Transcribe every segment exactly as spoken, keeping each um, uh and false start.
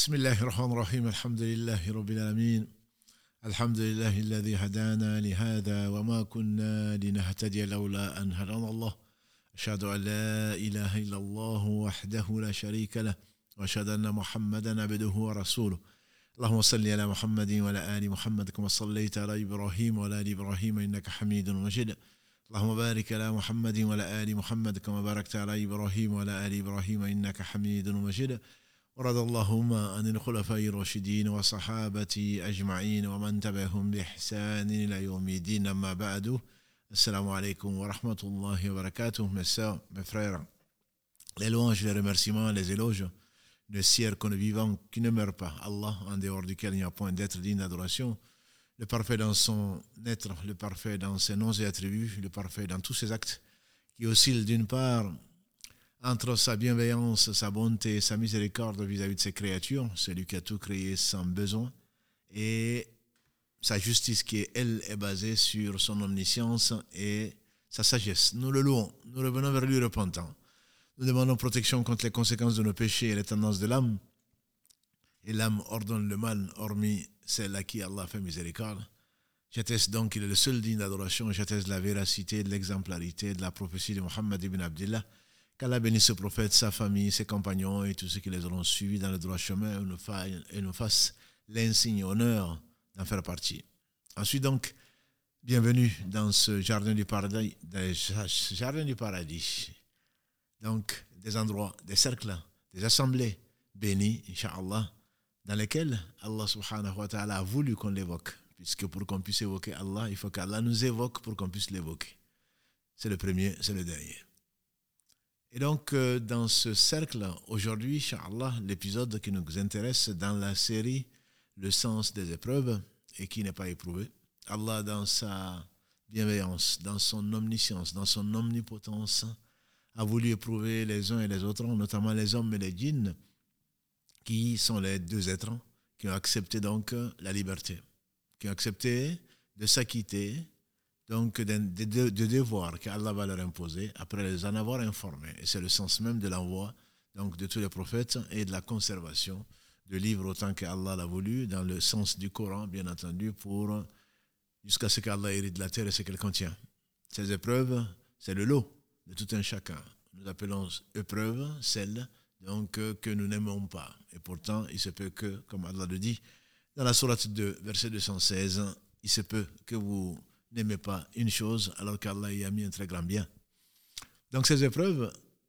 بسم الله الرحمن الرحيم الحمد لله رب العالمين الحمد لله الذي هدانا لهذا وما كنا لنهتدي لولا أن هدانا الله أشهد أن لا إله إلا الله وحده لا شريك له وأشهد أن محمدا عبده ورسوله اللهم صل على محمد وعلى آل محمد كما صليت على إبراهيم وعلى آل إبراهيم إنك حميد مجيد اللهم بارك على محمد وعلى آل محمد كما باركت على إبراهيم وعلى آل إبراهيم إنك حميد مجيد ورضى اللهم عن الخلفاء الراشدين وصحابة أجمعين ومن تبعهم بإحسان إلى يوم الدين أما بعد السلام عليكم ورحمة الله وبركاته. Mes sœurs, mes frères, les louanges, les remerciements, les éloges ne sièrent qu'on ne vivant qui ne meurt pas, Allah en dehors duquel il n'y a point d'être digne d'adoration, le parfait dans son être, le parfait dans ses noms et attributs, le parfait dans tous ses actes, qui oscille d'une part entre sa bienveillance, sa bonté, sa miséricorde vis-à-vis de ses créatures, celui qui a tout créé sans besoin, et sa justice qui, elle, est basée sur son omniscience et sa sagesse. Nous le louons, nous revenons vers lui repentant. Nous demandons protection contre les conséquences de nos péchés et les tendances de l'âme. Et l'âme ordonne le mal, hormis celle à qui Allah fait miséricorde. J'atteste donc qu'il est le seul digne d'adoration, j'atteste la véracité, de l'exemplarité, de la prophétie de Mohammed ibn Abdillah. Qu'Allah bénisse ce prophète, sa famille, ses compagnons et tous ceux qui les auront suivis dans le droit chemin et nous, fa- et nous fasse l'insigne honneur d'en faire partie. Ensuite donc, bienvenue dans ce jardin du paradis, dans ce jardin du paradis. Donc, des endroits, des cercles, des assemblées bénies, Inch'Allah, dans lesquels Allah subhanahu wa ta'ala a voulu qu'on l'évoque. Puisque pour qu'on puisse évoquer Allah, il faut qu'Allah nous évoque pour qu'on puisse l'évoquer. C'est le premier, c'est le dernier. Et donc, euh, dans ce cercle, aujourd'hui, Inch'Allah, l'épisode qui nous intéresse dans la série Le sens des épreuves et qui n'est pas éprouvé. Allah, dans sa bienveillance, dans son omniscience, dans son omnipotence, a voulu éprouver les uns et les autres, notamment les hommes et les djinns, qui sont les deux êtres qui ont accepté donc la liberté, qui ont accepté de s'acquitter donc de, de, de devoirs qu'Allah va leur imposer après les en avoir informés. Et c'est le sens même de l'envoi donc de tous les prophètes et de la conservation de livres autant qu'Allah l'a voulu, dans le sens du Coran, bien entendu, pour jusqu'à ce qu'Allah hérite de la terre et ce qu'elle contient. Ces épreuves, c'est le lot de tout un chacun. Nous appelons épreuves celles donc, que nous n'aimons pas. Et pourtant, il se peut que, comme Allah le dit, dans la sourate deux, verset deux cent seize, il se peut que vous n'aimez pas une chose alors qu'Allah y a mis un très grand bien. Donc ces épreuves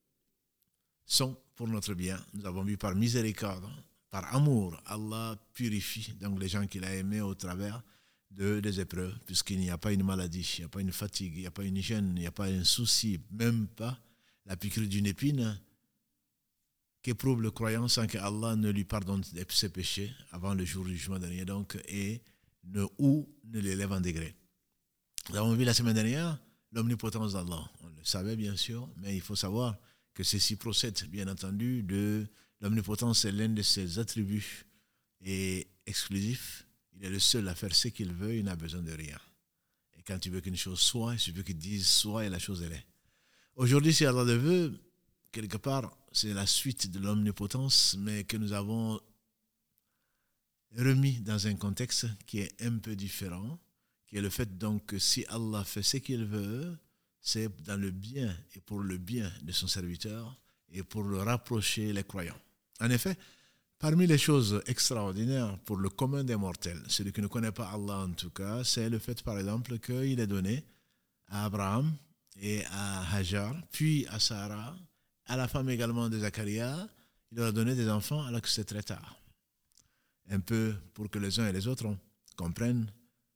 sont pour notre bien. Nous avons vu par miséricorde, par amour, Allah purifie donc les gens qu'il a aimés au travers de des épreuves, puisqu'il n'y a pas une maladie, il n'y a pas une fatigue, il n'y a pas une gêne, il n'y a pas un souci, même pas la piqûre d'une épine qu'éprouve le croyant sans que Allah ne lui pardonne ses péchés avant le jour du jugement dernier, donc, et ne, ou ne l'élève en degré. Nous avons vu la semaine dernière l'omnipotence d'Allah. On le savait bien sûr, mais il faut savoir que ceci procède bien entendu de l'omnipotence, c'est l'un de ses attributs et exclusifs. Il est le seul à faire ce qu'il veut, il n'a besoin de rien. Et quand tu veux qu'une chose soit, il suffit qu'il dise soit et la chose elle est. Aujourd'hui, si Allah le veut, quelque part, c'est la suite de l'omnipotence, mais que nous avons remis dans un contexte qui est un peu différent. Et le fait donc que si Allah fait ce qu'il veut, c'est dans le bien et pour le bien de son serviteur et pour le rapprocher les croyants. En effet, parmi les choses extraordinaires pour le commun des mortels, celui qui ne connaît pas Allah en tout cas, c'est le fait par exemple qu'il est donné à Abraham et à Hajar, puis à Sarah, à la femme également de Zacharia, il leur a donné des enfants alors que c'est très tard. Un peu pour que les uns et les autres comprennent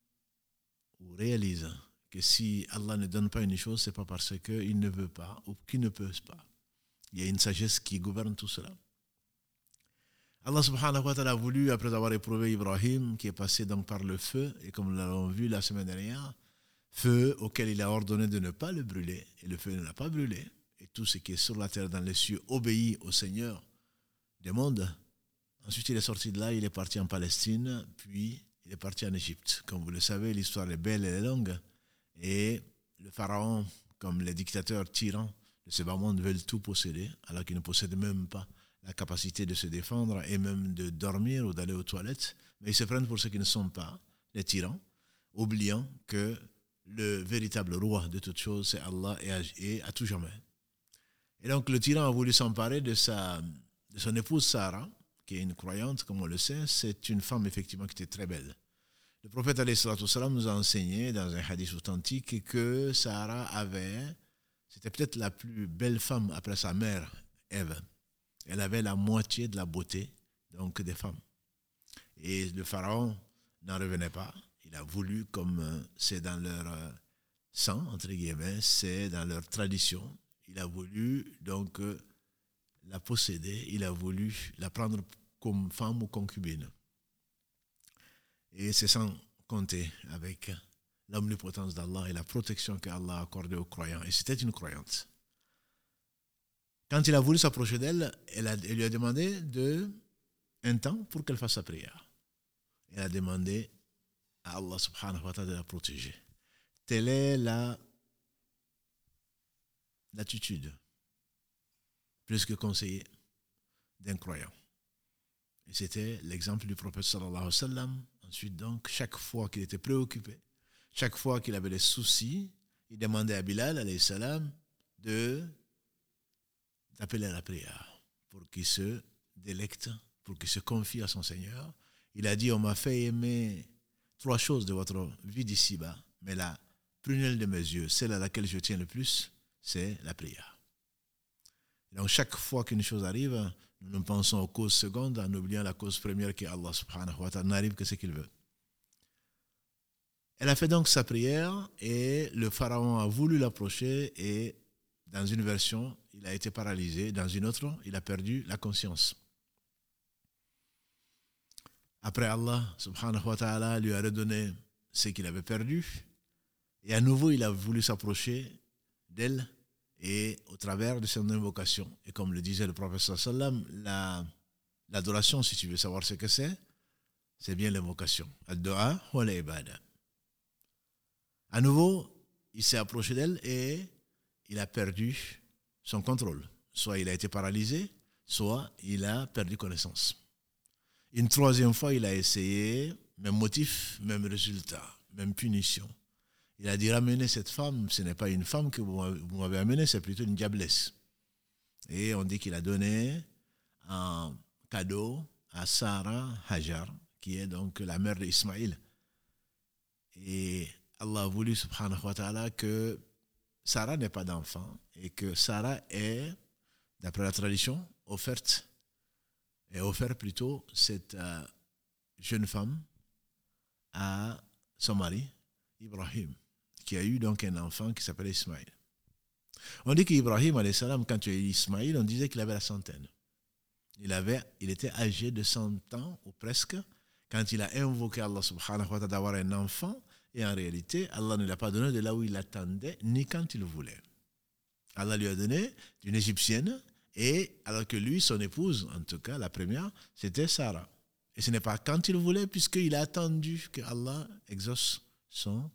ou réalise que si Allah ne donne pas une chose, ce n'est pas parce qu'il ne veut pas ou qu'il ne peut pas. Il y a une sagesse qui gouverne tout cela. Allah subhanahu wa ta'ala a voulu, après avoir éprouvé Ibrahim, qui est passé donc par le feu, et comme nous l'avons vu la semaine dernière, feu auquel il a ordonné de ne pas le brûler, et le feu ne l'a pas brûlé, et tout ce qui est sur la terre, dans les cieux, obéit au Seigneur des mondes. Ensuite, il est sorti de là, il est parti en Palestine, puis il est parti en Égypte. Comme vous le savez, l'histoire est belle et longue. Et le pharaon, comme les dictateurs tyrans de ce bas monde, veulent tout posséder, alors qu'ils ne possèdent même pas la capacité de se défendre et même de dormir ou d'aller aux toilettes, mais ils se prennent pour ceux qui ne sont pas, les tyrans, oubliant que le véritable roi de toutes choses, c'est Allah et à, et à tout jamais. Et donc le tyran a voulu s'emparer de, sa, de son épouse Sarah, qui est une croyante, comme on le sait. C'est une femme effectivement qui était très belle. Le prophète alayhi salatu wassalam nous a enseigné dans un hadith authentique que Sarah avait, c'était peut-être la plus belle femme après sa mère, Ève. Elle avait la moitié de la beauté donc des femmes. Et le pharaon n'en revenait pas. Il a voulu, comme c'est dans leur sang, entre guillemets, c'est dans leur tradition, il a voulu donc la posséder, il a voulu la prendre comme femme ou concubine. Et c'est sans compter avec l'omnipotence d'Allah et la protection qu'Allah a accordée aux croyants. Et c'était une croyante. Quand il a voulu s'approcher d'elle, elle, a, elle lui a demandé de, un temps pour qu'elle fasse sa prière. Elle a demandé à Allah subhanahu wa ta'ala de la protéger. Telle est la, l'attitude, plus que conseillée, d'un croyant. Et c'était l'exemple du prophète sallallahu alayhi wa sallam. Ensuite, donc, chaque fois qu'il était préoccupé, chaque fois qu'il avait des soucis, il demandait à Bilal alayhi salam de d'appeler à la prière pour qu'il se délecte, pour qu'il se confie à son Seigneur. Il a dit, on m'a fait aimer trois choses de votre vie d'ici-bas, mais la prunelle de mes yeux, celle à laquelle je tiens le plus, c'est la prière. Et donc chaque fois qu'une chose arrive, nous ne pensons aux causes secondes en oubliant la cause première qui est Allah subhanahu wa ta'ala, n'arrive que ce qu'il veut. Elle a fait donc sa prière et le pharaon a voulu l'approcher et dans une version, il a été paralysé, dans une autre, il a perdu la conscience. Après, Allah subhanahu wa ta'ala lui a redonné ce qu'il avait perdu et à nouveau il a voulu s'approcher d'elle et au travers de son invocation. Et comme le disait le prophète sallallahu alayhi wa sallam, la, l'adoration, si tu veux savoir ce que c'est, c'est bien l'invocation. Ad-du'a wa al-ibada. À nouveau, il s'est approché d'elle et il a perdu son contrôle. Soit il a été paralysé, soit il a perdu connaissance. Une troisième fois, il a essayé, même motif, même résultat, même punition. Il a dit, ramenez cette femme, ce n'est pas une femme que vous m'avez amenée, c'est plutôt une diablesse. Et on dit qu'il a donné un cadeau à Sarah Hajar, qui est donc la mère d'Ismaïl. Et Allah a voulu, subhanahu wa ta'ala, que Sarah n'ait pas d'enfant et que Sarah est, d'après la tradition, offerte, et offert plutôt cette euh, jeune femme à son mari, Ibrahim, qui a eu donc un enfant qui s'appelait Ismaïl. On dit qu'Ibrahim, alayhi salam, quand tu as eu Ismaïl, on disait qu'il avait la centaine. Il, avait, il était âgé de cent ans, ou presque, quand il a invoqué Allah subhanahu wa ta'ala d'avoir un enfant. Et en réalité, Allah ne l'a pas donné de là où il attendait, ni quand il voulait. Allah lui a donné d'une Égyptienne, et alors que lui, son épouse, en tout cas la première, c'était Sarah. Et ce n'est pas quand il voulait, puisqu'il a attendu que Allah exauce son,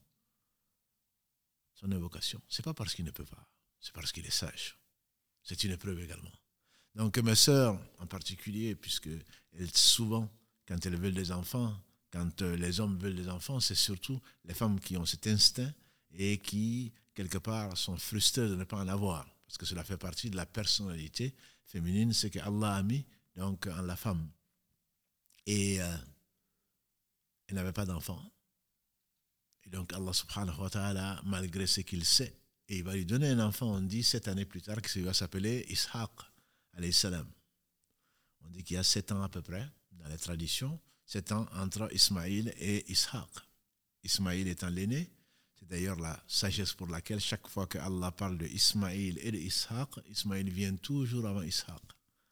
son invocation. Ce n'est pas parce qu'il ne peut pas, c'est parce qu'il est sage. C'est une épreuve également. Donc mes sœurs en particulier, puisque elles, souvent, quand elles veulent des enfants, quand les hommes veulent des enfants, c'est surtout les femmes qui ont cet instinct et qui, quelque part, sont frustrées de ne pas en avoir. Parce que cela fait partie de la personnalité féminine, ce qu'Allah a mis donc, en la femme. Et euh, elle n'avait pas d'enfant. Et donc Allah subhanahu wa ta'ala, malgré ce qu'il sait, et il va lui donner un enfant, on dit, sept années plus tard, qui va s'appeler Ishaq, alayhi salam. On dit qu'il y a sept ans à peu près, dans les traditions, sept ans entre Ismaïl et Ishaq. Ismaïl étant l'aîné, c'est d'ailleurs la sagesse pour laquelle chaque fois que Allah parle de Ismaïl et de Ishaq, Ismaïl vient toujours avant Ishaq.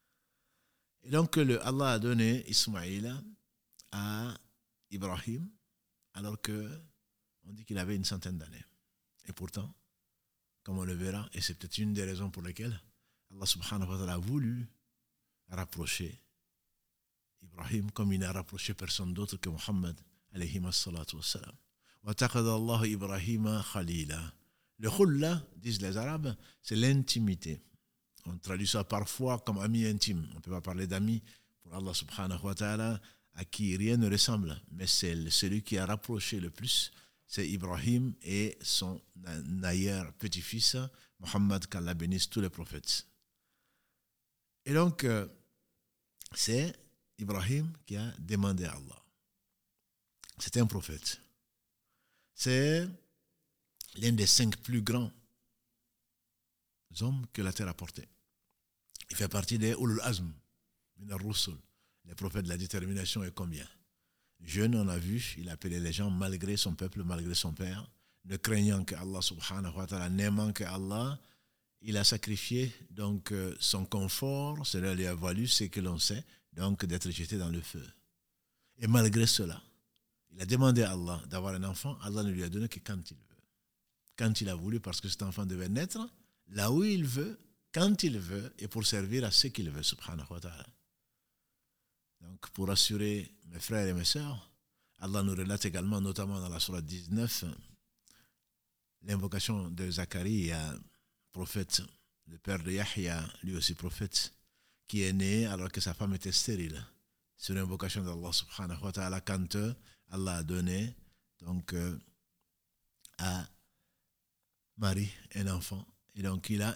Et donc le, Allah a donné Ismaïl à Ibrahim, alors que on dit qu'il avait une centaine d'années. Et pourtant, comme on le verra, et c'est peut-être une des raisons pour lesquelles Allah subhanahu wa ta'ala a voulu rapprocher Ibrahim comme il n'a rapproché personne d'autre que Muhammad alayhi salatu wassalam. Wa taqada Allah Ibrahim khalila. Le khulla, disent les Arabes, c'est l'intimité. On traduit ça parfois comme ami intime. On ne peut pas parler d'amis pour Allah subhanahu wa ta'ala, à qui rien ne ressemble. Mais c'est celui qui a rapproché le plus, c'est Ibrahim et son aïeur petit-fils, Mohammed, qu'Allah bénisse tous les prophètes. Et donc, euh, c'est Ibrahim qui a demandé à Allah. C'est un prophète. C'est l'un des cinq plus grands hommes que la terre a portés. Il fait partie des Ulul Azm, min ar-Rusul. Les prophètes de la détermination est combien? Jeune, on a vu, il appelait les gens malgré son peuple, malgré son père, ne craignant que Allah subhanahu wa ta'ala, n'aimant que Allah, il a sacrifié donc euh, son confort, cela lui a valu ce que l'on sait, donc d'être jeté dans le feu. Et malgré cela, il a demandé à Allah d'avoir un enfant, Allah ne lui a donné que quand il veut. Quand il a voulu, parce que cet enfant devait naître là où il veut, quand il veut, et pour servir à ce qu'il veut, subhanahu wa ta'ala. Donc, pour assurer mes frères et mes sœurs, Allah nous relate également, notamment dans la sourate dix-neuf, l'invocation de Zacharie, prophète, le père de Yahya, lui aussi prophète, qui est né alors que sa femme était stérile, sur l'invocation d'Allah subhanahu wa ta'ala, quand Allah a donné donc, euh, à Marie un enfant. Et donc, il a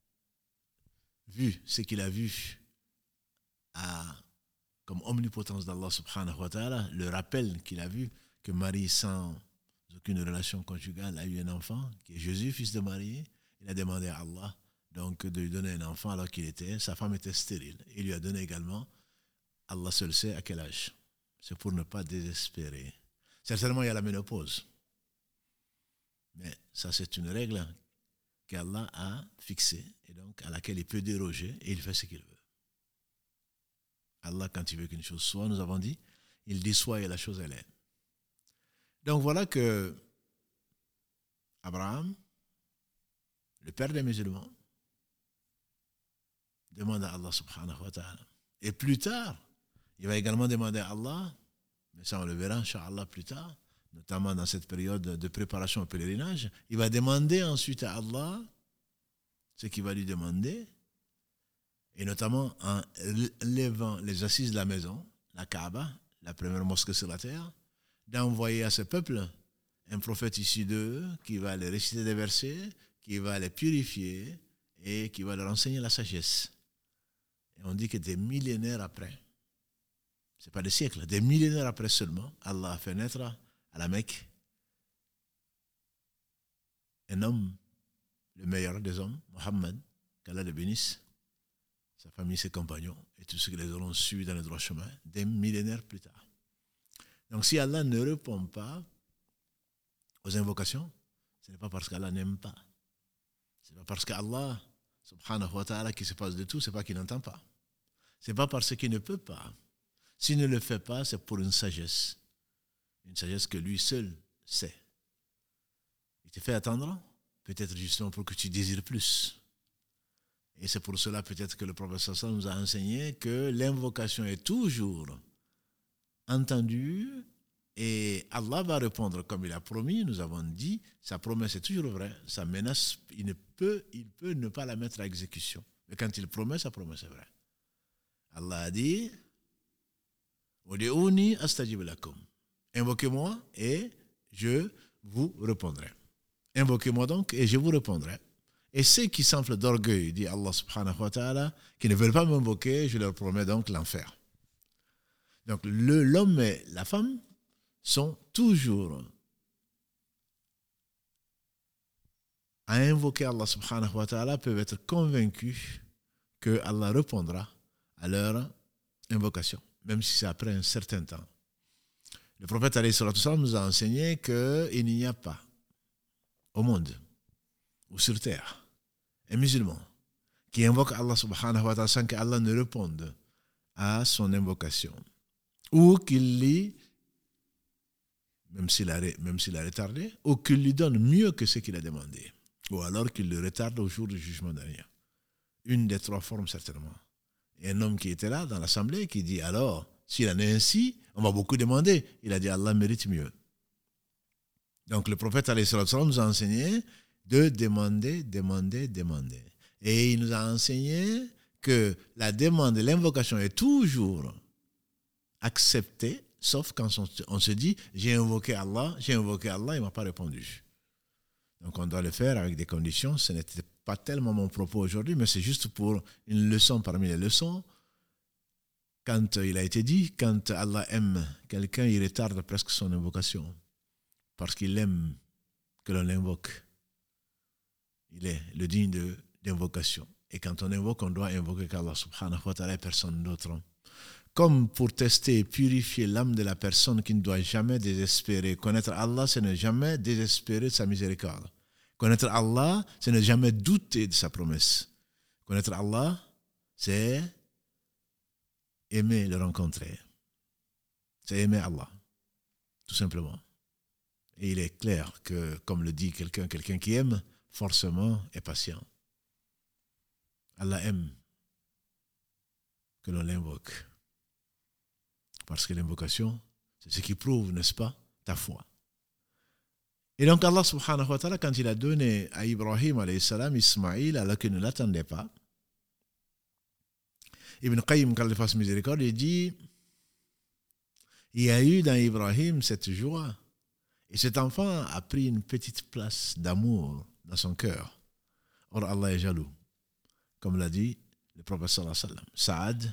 vu ce qu'il a vu à comme omnipotence d'Allah subhanahu wa ta'ala, le rappel qu'il a vu que Marie, sans aucune relation conjugale, a eu un enfant, qui est Jésus, fils de Marie. Il a demandé à Allah donc, de lui donner un enfant alors qu'il était, sa femme était stérile. Il lui a donné également, Allah seul sait à quel âge. C'est pour ne pas désespérer. Certainement, il y a la ménopause. Mais ça, c'est une règle qu'Allah a fixée et donc à laquelle il peut déroger et il fait ce qu'il veut. Allah, quand il veut qu'une chose soit, nous avons dit, il dit soit et la chose elle est. Donc voilà que Abraham, le père des musulmans, demande à Allah subhanahu wa ta'ala. Et plus tard, il va également demander à Allah, mais ça on le verra incha'Allah plus tard, notamment dans cette période de préparation au pèlerinage, il va demander ensuite à Allah ce qu'il va lui demander, et notamment en levant les assises de la maison, la Kaaba, la première mosquée sur la terre, d'envoyer à ce peuple un prophète issu d'eux qui va les réciter des versets, qui va les purifier et qui va leur enseigner la sagesse. Et on dit que des millénaires après, ce n'est pas des siècles, des millénaires après seulement, Allah a fait naître à la Mecque un homme, le meilleur des hommes, Mohammed, qu'Allah le bénisse, sa famille, ses compagnons et tous ceux qui les auront suivis dans le droit chemin, des millénaires plus tard. Donc si Allah ne répond pas aux invocations, ce n'est pas parce qu'Allah n'aime pas. Ce n'est pas parce qu'Allah, subhanahu wa ta'ala, qui se passe de tout, ce n'est pas qu'il n'entend pas. Ce n'est pas parce qu'il ne peut pas. S'il ne le fait pas, c'est pour une sagesse. Une sagesse que lui seul sait. Il te fait attendre, peut-être justement pour que tu désires plus. Et c'est pour cela peut-être que le prophète sallallahu alayhi wa sallam nous a enseigné que l'invocation est toujours entendue et Allah va répondre comme il a promis. Nous avons dit, sa promesse est toujours vraie. Sa menace, il, ne peut, il peut ne pas la mettre à exécution. Mais quand il promet, sa promesse est vraie. Allah a dit, Udu'uni astajib lakum. Invoquez-moi et je vous répondrai. Invoquez-moi donc et je vous répondrai. Et ceux qui s'enflent d'orgueil, dit Allah subhanahu wa ta'ala, qui ne veulent pas m'invoquer, je leur promets donc l'enfer. Donc le, l'homme et la femme sont toujours à invoquer Allah subhanahu wa ta'ala, peuvent être convaincus que Allah répondra à leur invocation, même si c'est après un certain temps. Le prophète alayhi salatu wassalam nous a enseigné qu'il n'y a pas au monde ou sur terre un musulman qui invoque Allah subhanahu wa ta'ala sans qu'Allah ne réponde à son invocation ou qu'il lit, même s'il a, même s'il a retardé, ou qu'il lui donne mieux que ce qu'il a demandé, ou alors qu'il le retarde au jour du jugement dernier. Une des trois formes certainement. Et un homme qui était là dans l'assemblée qui dit alors, s'il en est ainsi, on va beaucoup demander. Il a dit Allah mérite mieux. Donc le prophète alayhi salatu wassalam nous a enseigné de demander, demander, demander. Et il nous a enseigné que la demande, l'invocation est toujours acceptée, sauf quand on, on se dit « j'ai invoqué Allah, j'ai invoqué Allah, il ne m'a pas répondu ». Donc on doit le faire avec des conditions. Ce n'était pas tellement mon propos aujourd'hui, mais c'est juste pour une leçon parmi les leçons. Quand il a été dit, quand Allah aime quelqu'un, il retarde presque son invocation, parce qu'il aime que l'on l'invoque. Il est le digne de, d'invocation. Et quand on invoque, on doit invoquer qu'Allah subhanahu wa ta'ala et personne d'autre. Comme pour tester et purifier l'âme de la personne qui ne doit jamais désespérer. Connaître Allah, c'est ne jamais désespérer de sa miséricorde. Connaître Allah, c'est ne jamais douter de sa promesse. Connaître Allah, c'est aimer le rencontrer. C'est aimer Allah, tout simplement. Et il est clair que, comme le dit quelqu'un, quelqu'un qui aime, forcément est patient. Allah aime que l'on l'invoque. Parce que l'invocation, c'est ce qui prouve, n'est-ce pas, ta foi. Et donc Allah subhanahu wa ta'ala, quand il a donné à Ibrahim alayhi salam Ismaïl, alors qu'il ne l'attendait pas, Ibn Qayyim, quand il fasse miséricorde, il dit, il y a eu dans Ibrahim cette joie, et cet enfant a pris une petite place d'amour dans son cœur. Or Allah est jaloux. Comme l'a dit le prophète sallallahu alayhi wa sallam. Saad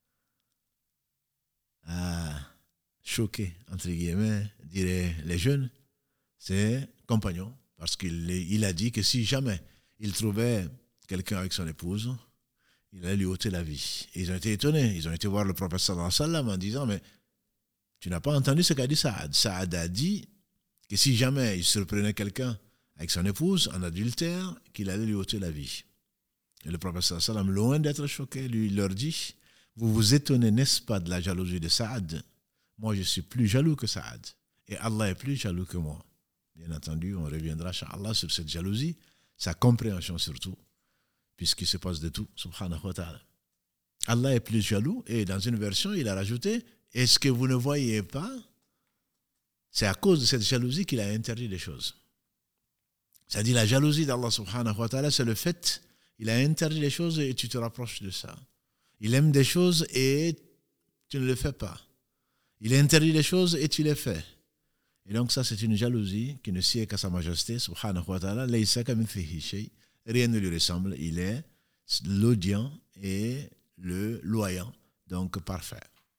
a choqué, entre guillemets, diraient les jeunes, ses compagnons, parce qu'il il a dit que si jamais il trouvait quelqu'un avec son épouse, il allait lui ôter la vie. Et ils ont été étonnés. Ils ont été voir le prophète sallallahu alayhi wa sallam en disant, mais tu n'as pas entendu ce qu'a dit Saad. Saad a dit que si jamais il surprenait quelqu'un avec son épouse en adultère, qu'il allait lui ôter la vie. Et le prophète sallallahu alayhi wa sallam, loin d'être choqué, lui leur dit, vous vous étonnez, n'est-ce pas, de la jalousie de Saad? Moi, je suis plus jaloux que Saad. Et Allah est plus jaloux que moi. Bien entendu, on reviendra, incha'Allah, sur cette jalousie, sa compréhension surtout, puisqu'il se passe de tout, subhanahu wa ta'ala. Allah est plus jaloux, et dans une version, il a rajouté, est-ce que vous ne voyez pas? C'est à cause de cette jalousie qu'il a interdit des choses. C'est-à-dire la jalousie d'Allah subhanahu wa ta'ala, c'est le fait, il a interdit des choses et tu te rapproches de ça. Il aime des choses et tu ne le fais pas. Il interdit des choses et tu les fais. Et donc ça, c'est une jalousie qui ne sied qu'à sa majesté, subhanahu wa ta'ala, laysa kamithlihi shay. Rien ne lui ressemble. Il est l'audient et le loyant, donc parfait.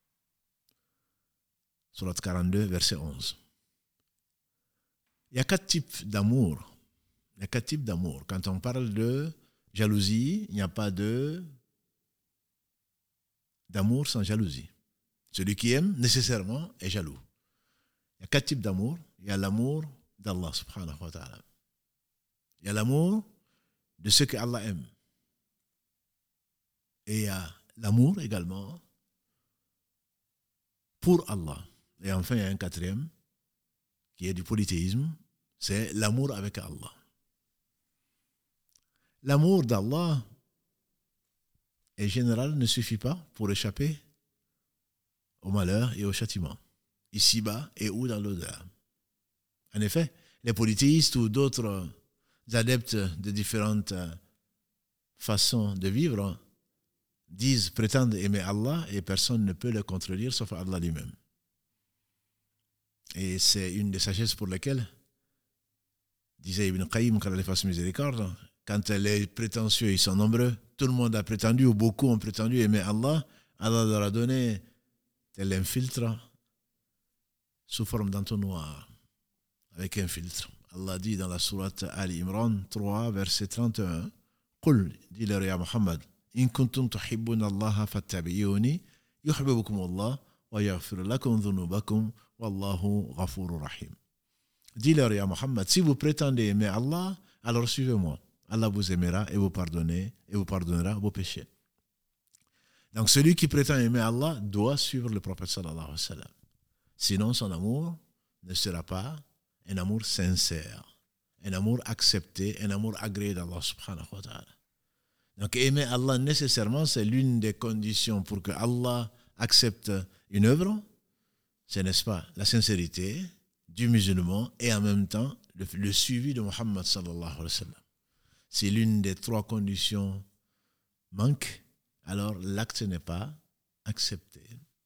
Sourate quarante-deux, verset onze. Il y a quatre types d'amour. Il y a quatre types d'amour. Quand on parle de jalousie, il n'y a pas de d'amour sans jalousie. Celui qui aime, nécessairement, est jaloux. Il y a quatre types d'amour. Il y a l'amour d'Allah, subhanahu wa ta'ala. Il y a l'amour de ce que Allah aime. Et il y a l'amour également pour Allah. Et enfin, il y a un quatrième, qui est du polythéisme, c'est l'amour avec Allah. L'amour d'Allah, en général, ne suffit pas pour échapper au malheur et au châtiment, ici-bas et ou dans l'au-delà. En effet, les polythéistes ou d'autres adeptes de différentes façons de vivre disent, prétendent aimer Allah et personne ne peut le contredire sauf Allah lui-même. Et c'est une des sagesses pour lesquelles, disait Ibn Qayyim, quand il fasse miséricorde, quand les prétentieux ils sont nombreux, tout le monde a prétendu, ou beaucoup ont prétendu aimer Allah, Allah leur a donné tel un filtre sous forme d'entonnoir, avec un filtre. Allah dit dans la sourate Ali Imran trois, verset trente et un, Qul, dis-leur ya Muhammad, in kuntum tuhibbuna Allah fattabi'uni, yuhibbukum Allah, wa yaghfir lakum dhunubakum, wallahu ghafurur rahim. Dis-leur ya Muhammad, si vous prétendez aimer Allah, alors suivez-moi. Allah vous aimera et vous pardonnez, et vous pardonnera vos péchés. Donc celui qui prétend aimer Allah doit suivre le prophète sallallahu alayhi wa sallam. Sinon son amour ne sera pas un amour sincère, un amour accepté, un amour agréé d'Allah subhanahu wa ta'ala. Donc aimer Allah nécessairement, c'est l'une des conditions pour que Allah accepte une œuvre, c'est, n'est-ce pas, la sincérité du musulman et en même temps le, le suivi de Muhammad sallallahu alayhi wa sallam. si l'une des trois conditions manque, alors l'acte n'est pas accepté.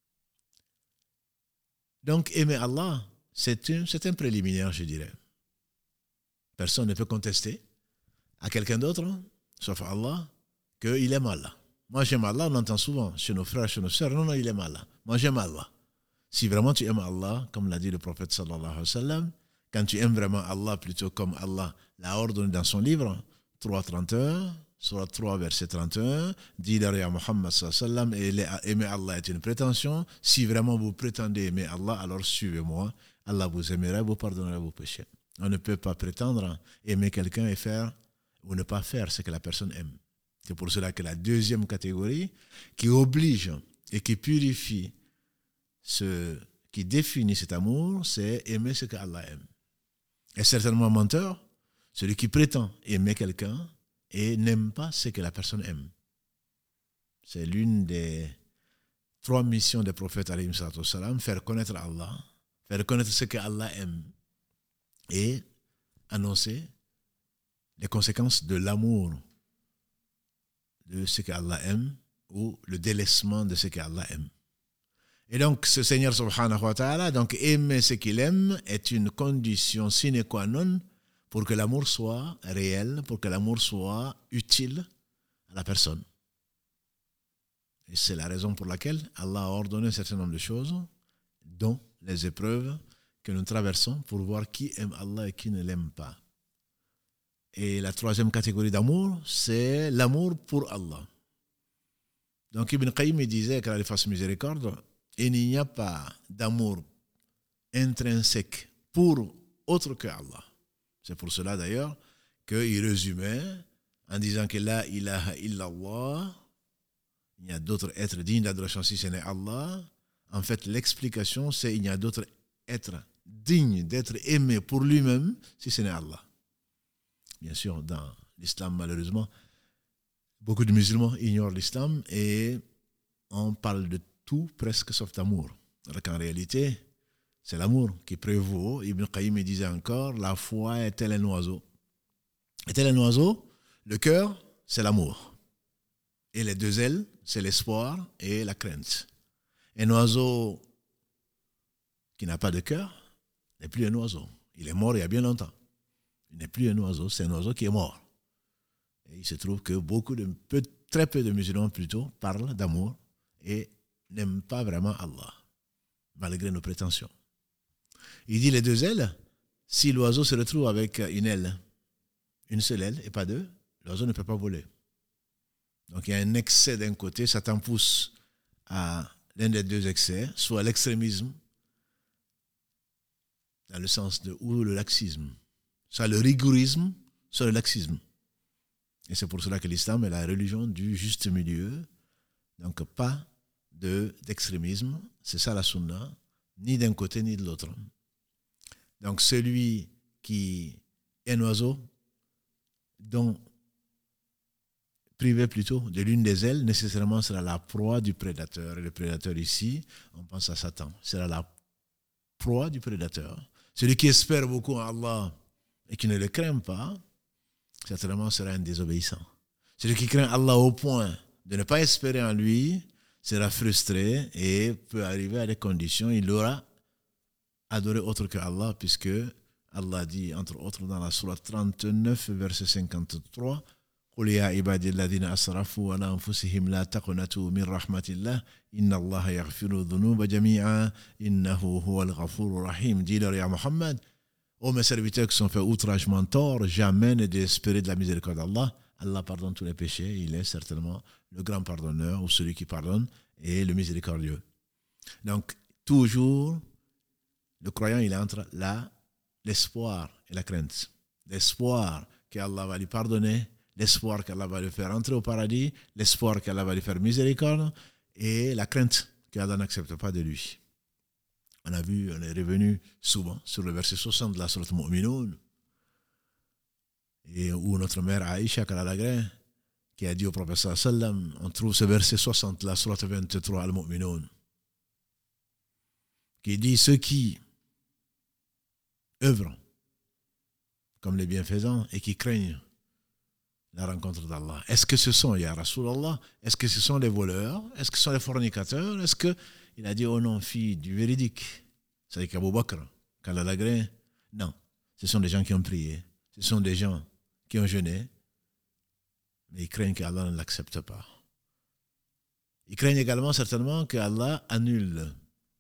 Donc, aimer Allah, c'est, une, c'est un préliminaire, je dirais. Personne ne peut contester à quelqu'un d'autre, sauf Allah, qu'il aime Allah. Moi, j'aime Allah, on entend souvent chez nos frères, chez nos sœurs, non, non, il aime Allah. Moi, j'aime Allah. Si vraiment tu aimes Allah, comme l'a dit le prophète sallallahu alayhi wa sallam, quand tu aimes vraiment Allah plutôt comme Allah l'a ordonné dans son livre, trois trente et un, Surat trois, verset trente et un, dit derrière Muhammad sallallahu alayhi wa sallam, aimer Allah est une prétention. Si vraiment vous prétendez aimer Allah, alors suivez-moi. Allah vous aimera, vous pardonnera vos péchés. On ne peut pas prétendre aimer quelqu'un et faire ou ne pas faire ce que la personne aime. C'est pour cela que la deuxième catégorie qui oblige et qui purifie, ce qui définit cet amour, c'est aimer ce que Allah aime. Et certainement menteur, celui qui prétend aimer quelqu'un et n'aime pas ce que la personne aime. C'est l'une des trois missions des prophètes, alayhi salatu wassalam, faire connaître Allah, faire connaître ce que Allah aime et annoncer les conséquences de l'amour de ce que Allah aime ou le délaissement de ce que Allah aime. Et donc, ce Seigneur subhanahu wa ta'ala, donc aimer ce qu'il aime est une condition sine qua non pour que l'amour soit réel, pour que l'amour soit utile à la personne. Et c'est la raison pour laquelle Allah a ordonné un certain nombre de choses, dont les épreuves que nous traversons pour voir qui aime Allah et qui ne l'aime pas. Et la troisième catégorie d'amour, c'est l'amour pour Allah. Donc Ibn Qayyim disait qu'Allah fasse miséricorde, il n'y a pas d'amour intrinsèque pour autre que Allah. C'est pour cela d'ailleurs qu'il résumait en disant que la ilaha illallah, il y a d'autres êtres dignes d'adoration si ce n'est Allah. En fait, l'explication, c'est qu'il y a d'autres êtres dignes d'être aimés pour lui-même si ce n'est Allah. Bien sûr, dans l'islam, malheureusement, beaucoup de musulmans ignorent l'islam et on parle de tout presque sauf d'amour. Alors qu'en réalité, c'est l'amour qui prévaut. Ibn Qayyim disait encore, la foi est tel un oiseau. Et tel un oiseau, le cœur, c'est l'amour. Et les deux ailes, c'est l'espoir et la crainte. Un oiseau qui n'a pas de cœur n'est plus un oiseau. Il est mort il y a bien longtemps. Il n'est plus un oiseau, c'est un oiseau qui est mort. Et il se trouve que beaucoup de, peu, très peu de musulmans plutôt parlent d'amour et n'aiment pas vraiment Allah, malgré nos prétentions. Il dit les deux ailes, si l'oiseau se retrouve avec une aile, une seule aile et pas deux, l'oiseau ne peut pas voler. Donc il y a un excès d'un côté, Satan pousse à l'un des deux excès, soit l'extrémisme, dans le sens de, ou le laxisme, soit le rigorisme, soit le laxisme. Et c'est pour cela que l'islam est la religion du juste milieu, donc pas de, d'extrémisme, c'est ça la sunna, ni d'un côté ni de l'autre. Donc celui qui est un oiseau, dont privé plutôt de l'une des ailes, nécessairement sera la proie du prédateur. Et le prédateur ici, on pense à Satan, sera la proie du prédateur. Celui qui espère beaucoup en Allah et qui ne le craint pas, certainement sera un désobéissant. Celui qui craint Allah au point de ne pas espérer en lui sera frustré et peut arriver à des conditions, il aura adoré autre que Allah, puisque Allah dit, entre autres, dans la sourate trente-neuf, verset cinquante-trois, قل يا عبادي الذين أسرفوا على أنفسهم لا تقنطوا من رحمة الله إن الله يغفر الذنوب جميعا إنه هو الغفور الرحيم. Dis-leur, ya Muhammad, ô mes serviteurs qui sont fait outragement tort, jamais ne désespérez de la miséricorde d'Allah. Allah pardonne tous les péchés, il est certainement le grand pardonneur ou celui qui pardonne et le miséricordieux. Donc, toujours, le croyant, il est entre la, l'espoir et la crainte. L'espoir qu'Allah va lui pardonner, l'espoir qu'Allah va lui faire entrer au paradis, l'espoir qu'Allah va lui faire miséricorde et la crainte qu'Allah n'accepte pas de lui. On a vu, on est revenu souvent sur le verset soixante de la sourate Mu'minun, et où notre mère Aïcha, qu'Allah l'agrée, qui a dit au prophète sallallahu alayhi wa sallam, on trouve ce verset soixante de la sourate vingt-trois al-Mu'minun, qui dit ceux qui œuvrent comme les bienfaisants et qui craignent la rencontre d'Allah. Est-ce que ce sont, Ya Rasulallah, est-ce que ce sont les voleurs? Est-ce que ce sont les fornicateurs? Est-ce que il a dit, oh non, fille du véridique, c'est qu'Abou Bakr, qu'Allah l'agréé? Non, ce sont des gens qui ont prié, ce sont des gens qui ont jeûné, mais ils craignent qu'Allah ne l'accepte pas. Ils craignent également certainement qu'Allah annule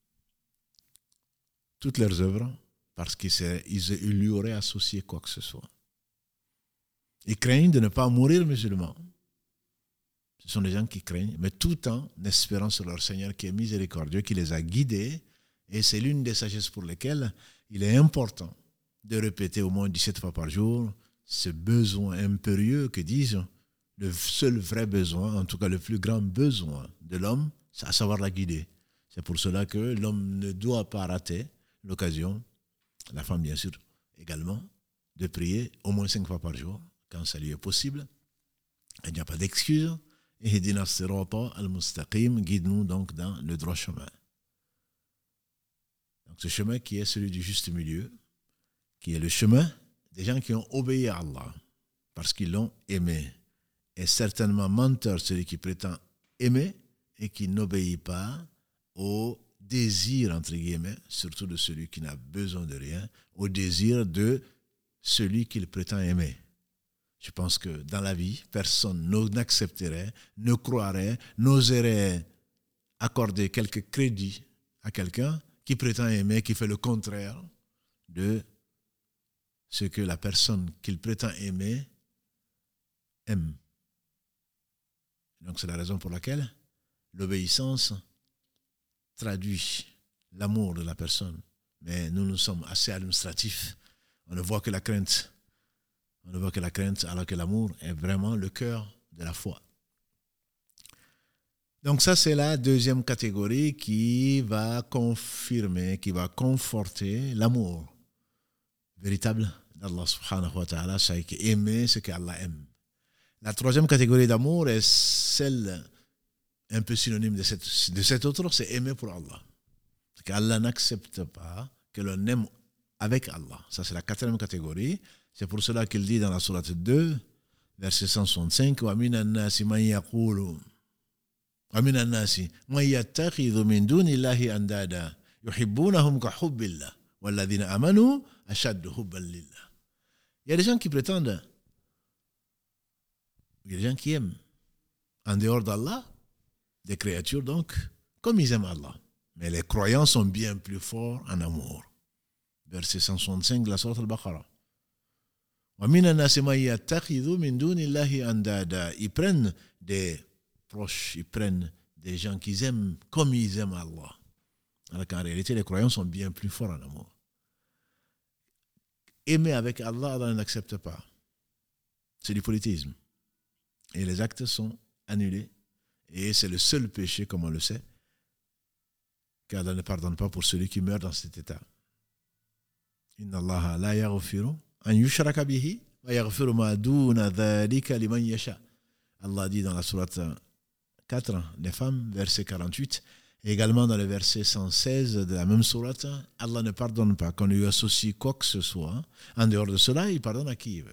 toutes leurs œuvres parce qu'ils lui auraient associé quoi que ce soit. Ils craignent de ne pas mourir musulmans. Ce sont des gens qui craignent, mais tout en espérant sur leur Seigneur qui est miséricordieux, qui les a guidés. Et c'est l'une des sagesses pour lesquelles il est important de répéter au moins dix-sept fois par jour ce besoin impérieux que disent le seul vrai besoin, en tout cas le plus grand besoin de l'homme, c'est à savoir la guider. C'est pour cela que l'homme ne doit pas rater l'occasion, la femme bien sûr également, de prier au moins cinq fois par jour, quand ça lui est possible. Il n'y a pas d'excuse. Et Ihdina as-sirata al-mustaqim, guide-nous donc dans le droit chemin. Donc ce chemin qui est celui du juste milieu, qui est le chemin des gens qui ont obéi à Allah, parce qu'ils l'ont aimé. Et certainement menteur celui qui prétend aimer et qui n'obéit pas au désir, entre guillemets, surtout de celui qui n'a besoin de rien, au désir de celui qu'il prétend aimer. Je pense que dans la vie, personne n'accepterait, ne croirait, n'oserait accorder quelque crédit à quelqu'un qui prétend aimer, qui fait le contraire de ce que la personne qu'il prétend aimer aime. Donc c'est la raison pour laquelle l'obéissance traduit l'amour de la personne. Mais nous, nous sommes assez administratifs. On ne voit que la crainte. On ne voit que la crainte, alors que l'amour est vraiment le cœur de la foi. Donc ça, c'est la deuxième catégorie qui va confirmer, qui va conforter l'amour véritable d'Allah subhanahu wa ta'ala, c'est aimer ce qu'Allah aime. La troisième catégorie d'amour est celle un peu synonyme de cette, de cette autre, c'est aimer pour Allah. Parce qu'Allah n'accepte pas que l'on aime avec Allah. Ça, c'est la quatrième catégorie. C'est pour cela qu'il dit dans la sourate deux, verset cent soixante-cinq, وَمِنَ النَّاسِ مَنْ يَقُولُ وَمِنَ النَّاسِ مَنْ يَتَّخِذُ مِنْ دُونِ اللَّهِ أَنْدَادًا يُحِبُّونَهُمْ كَحُبِّ اللَّهِ وَالَّذِينَ آمَنُوا أَشَدُّ حُبًّا لِلَّهِ. Il y a des gens qui prétendent, il y a des gens qui aiment en dehors d'Allah, des créatures donc, comme ils aiment Allah. Mais les croyants sont bien plus forts en amour. Verset cent soixante-cinq de la sourate Al-Baqarah. Ils prennent des proches, ils prennent des gens qu'ils aiment comme ils aiment Allah. Alors qu'en réalité, les croyants sont bien plus forts en amour. Aimer avec Allah, Allah n'accepte pas. C'est du polythéisme. Et les actes sont annulés. Et c'est le seul péché, comme on le sait, qu'Allah ne pardonne pas pour celui qui meurt dans cet état. Inna Allah la yaghfiru an yushraka bihi wa yaghfiru ma duna dhalika liman yasha. Allah dit dans la sourate quatre des femmes, verset quarante-huit, et également dans le verset cent seize de la même sourate, Allah ne pardonne pas qu'on lui associe quoi que ce soit. En dehors de cela, il pardonne à qui il veut.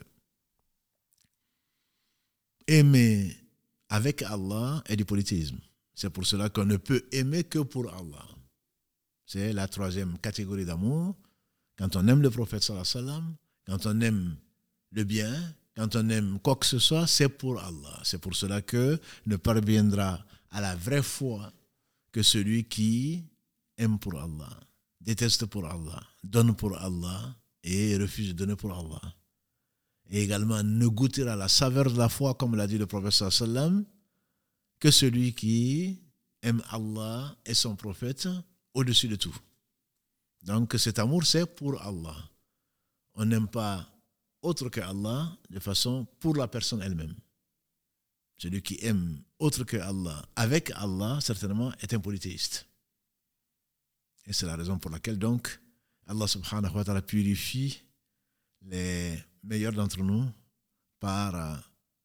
Aimer avec Allah est du polythéisme. C'est pour cela qu'on ne peut aimer que pour Allah. C'est la troisième catégorie d'amour. Quand on aime le prophète sallallahu alayhi wa sallam, quand on aime le bien, quand on aime quoi que ce soit, c'est pour Allah. C'est pour cela que ne parviendra à la vraie foi que celui qui aime pour Allah, déteste pour Allah, donne pour Allah et refuse de donner pour Allah. Et également ne goûtera la saveur de la foi, comme l'a dit le prophète sallallahu alayhi wa sallam, que celui qui aime Allah et son prophète au-dessus de tout. Donc cet amour, c'est pour Allah. On n'aime pas autre que Allah de façon pour la personne elle-même. Celui qui aime autre que Allah avec Allah, certainement, est un polythéiste. Et c'est la raison pour laquelle, donc, Allah subhanahu wa ta'ala purifie les meilleurs d'entre nous par euh,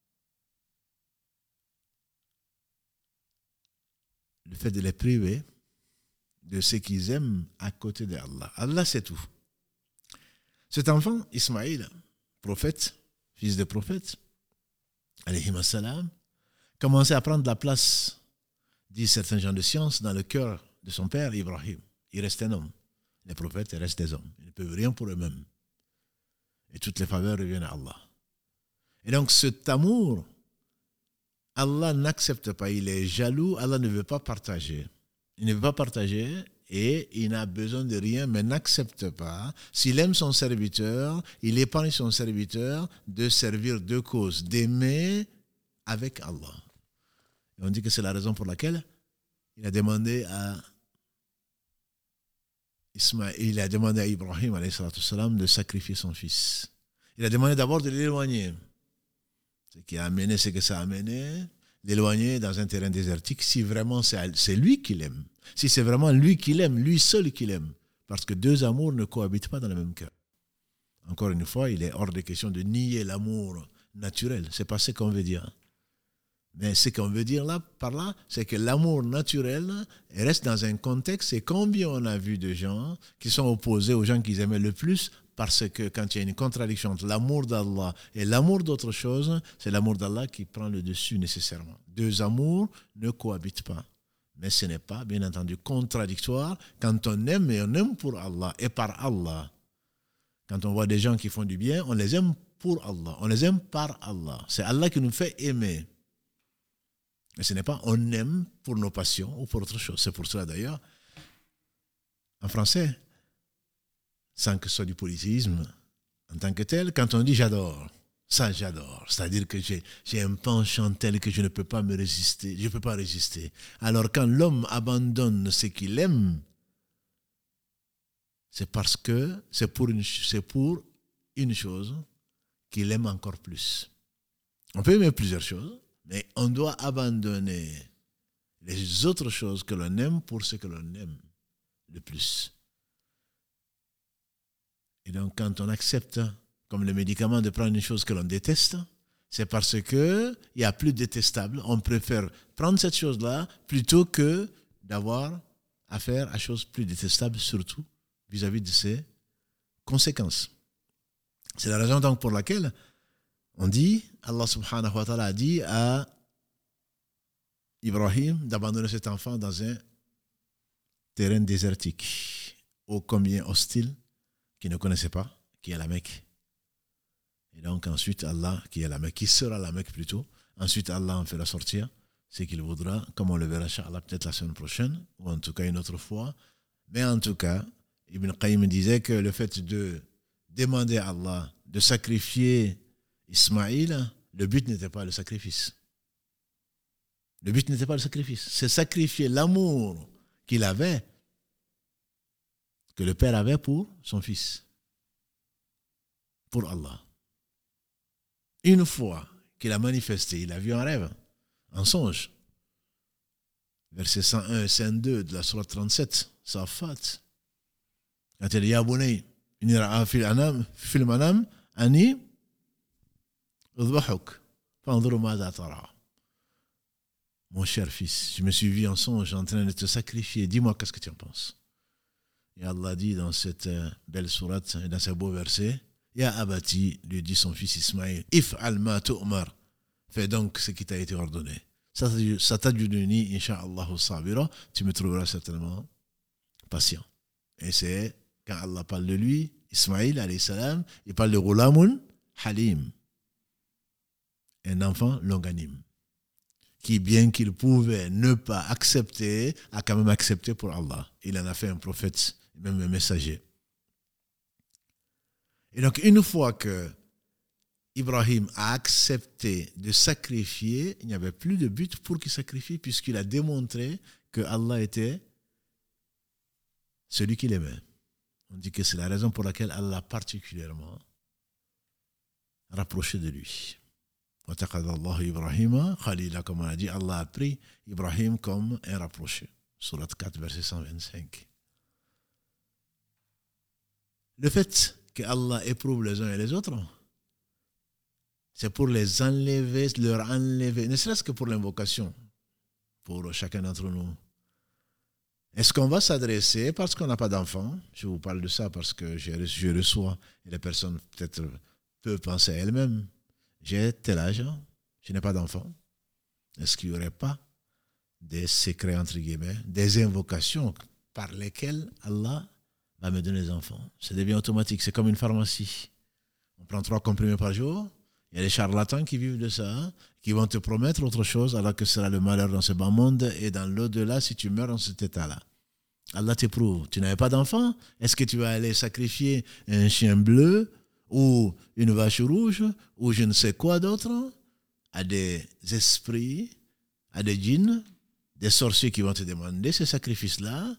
le fait de les priver de ce qu'ils aiment à côté d'Allah. Allah, c'est tout. Cet enfant, Ismaïl, prophète, fils de prophète, alayhi salam, commençait à prendre la place, disent certains gens de science, dans le cœur de son père, Ibrahim. Il reste un homme. Les prophètes restent des hommes. Ils ne peuvent rien pour eux-mêmes. Et toutes les faveurs reviennent à Allah. Et donc cet amour, Allah n'accepte pas. Il est jaloux. Allah ne veut pas partager. Il ne veut pas partager et il n'a besoin de rien, mais n'accepte pas. S'il aime son serviteur, il épargne son serviteur de servir deux causes, d'aimer avec Allah. Et on dit que c'est la raison pour laquelle il a demandé à Ismaël, il a demandé à Ibrahim alayhi salam, de sacrifier son fils. Il a demandé d'abord de l'éloigner. Ce qui a amené ce que ça a amené, l'éloigner dans un terrain désertique, si vraiment c'est, c'est lui qu'il aime. Si c'est vraiment lui qu'il aime, lui seul qu'il aime. Parce que deux amours ne cohabitent pas dans le même cœur. Encore une fois, il est hors de question de nier l'amour naturel. C'est pas ce qu'on veut dire. Mais ce qu'on veut dire là, par là, c'est que l'amour naturel reste dans un contexte. Et combien on a vu de gens qui sont opposés aux gens qu'ils aimaient le plus, parce que quand il y a une contradiction entre l'amour d'Allah et l'amour d'autre chose, c'est l'amour d'Allah qui prend le dessus nécessairement. Deux amours ne cohabitent pas. Mais ce n'est pas, bien entendu, contradictoire quand on aime et on aime pour Allah et par Allah. Quand on voit des gens qui font du bien, on les aime pour Allah, on les aime par Allah. C'est Allah qui nous fait aimer. Mais ce n'est pas on aime pour nos passions ou pour autre chose. C'est pour cela d'ailleurs, en français, sans que ce soit du polythéisme, en tant que tel, quand on dit j'adore, ça j'adore, c'est-à-dire que j'ai, j'ai un penchant tel que je ne peux pas me résister, je ne peux pas résister. Alors quand l'homme abandonne ce qu'il aime, c'est parce que c'est pour une, c'est pour une chose qu'il aime encore plus. On peut aimer plusieurs choses, mais on doit abandonner les autres choses que l'on aime pour ce que l'on aime le plus. Et donc, quand on accepte, comme le médicament, de prendre une chose que l'on déteste, c'est parce qu'il n'y a plus détestable. On préfère prendre cette chose-là plutôt que d'avoir affaire à choses plus détestables, surtout vis-à-vis de ses conséquences. C'est la raison donc pour laquelle on dit, Allah subhanahu wa ta'ala a dit à Ibrahim d'abandonner cet enfant dans un terrain désertique, ô combien hostile, qui ne connaissait pas, qui est la Mecque. Et donc ensuite Allah, qui est la Mecque, qui sera la Mecque plutôt, ensuite Allah en fera sortir ce qu'il voudra, comme on le verra Inch'Allah peut-être la semaine prochaine, ou en tout cas une autre fois. Mais en tout cas, Ibn Qayyim disait que le fait de demander à Allah de sacrifier Ismaïl, le but n'était pas le sacrifice. Le but n'était pas le sacrifice. C'est sacrifier l'amour qu'il avait, que le père avait pour son fils. Pour Allah. Une fois qu'il a manifesté, il a vu en rêve, en songe. Verset cent un et cent deux de la sourate trente-sept, Safat. Quand il dit, Ya bunay, inni ra'a fil anam, fil manam, ani, udbahuk, fanzuru madha tara. Mon cher fils, je me suis vu en songe en train de te sacrifier. Dis-moi, qu'est-ce que tu en penses? Et Allah dit dans cette belle sourate et dans ce beau verset, Ya abati, lui dit son fils Ismaïl, if'al ma tu'mar, fais donc ce qui t'a été ordonné. Satajuduni, insha'Allah sabira, tu me trouveras certainement patient. Et c'est quand Allah parle de lui, Ismaïl alayhi salam, il parle de Ghulamun Halim, un enfant longanime, qui, bien qu'il pouvait ne pas accepter, a quand même accepté pour Allah. Il en a fait un prophète, même un messager. Et donc, une fois que Ibrahim a accepté de sacrifier, il n'y avait plus de but pour qu'il sacrifie, puisqu'il a démontré que Allah était celui qu'il aimait. On dit que c'est la raison pour laquelle Allah a particulièrement rapproché de lui. Ibrahim, Khalila, comme on a dit, Allah a pris Ibrahim comme un rapproché. Surat quatre, verset cent vingt-cinq. Le fait que Allah éprouve les uns et les autres, c'est pour les enlever, leur enlever, ne serait-ce que pour l'invocation, pour chacun d'entre nous. Est-ce qu'on va s'adresser parce qu'on n'a pas d'enfant? Je vous parle de ça parce que je, je reçois, et les personnes peut-être peuvent penser à elles-mêmes. J'ai tel âge, je n'ai pas d'enfant, est-ce qu'il n'y aurait pas des secrets, entre guillemets, des invocations par lesquelles Allah va me donner des enfants? Ça devient automatique, c'est comme une pharmacie. On prend trois comprimés par jour, il y a des charlatans qui vivent de ça, qui vont te promettre autre chose alors que ce sera le malheur dans ce bas monde et dans l'au-delà si tu meurs dans cet état-là. Allah t'éprouve. Tu n'avais pas d'enfant? Est-ce que tu vas aller sacrifier un chien bleu ou une vache rouge ou je ne sais quoi d'autre à des esprits, à des djinns, des sorciers qui vont te demander ce sacrifice-là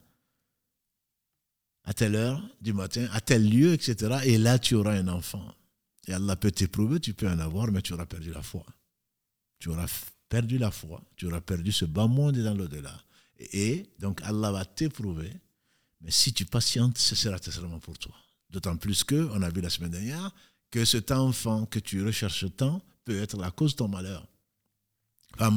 à telle heure du matin, à tel lieu, et cetera. Et là, tu auras un enfant. Et Allah peut t'éprouver, tu peux en avoir, mais tu auras perdu la foi. Tu auras perdu la foi, tu auras perdu ce bas monde dans l'au-delà. Et donc Allah va t'éprouver, mais si tu patientes, ce sera seulement pour toi. D'autant plus que, on a vu la semaine dernière, que cet enfant que tu recherches tant peut être la cause de ton malheur. Comme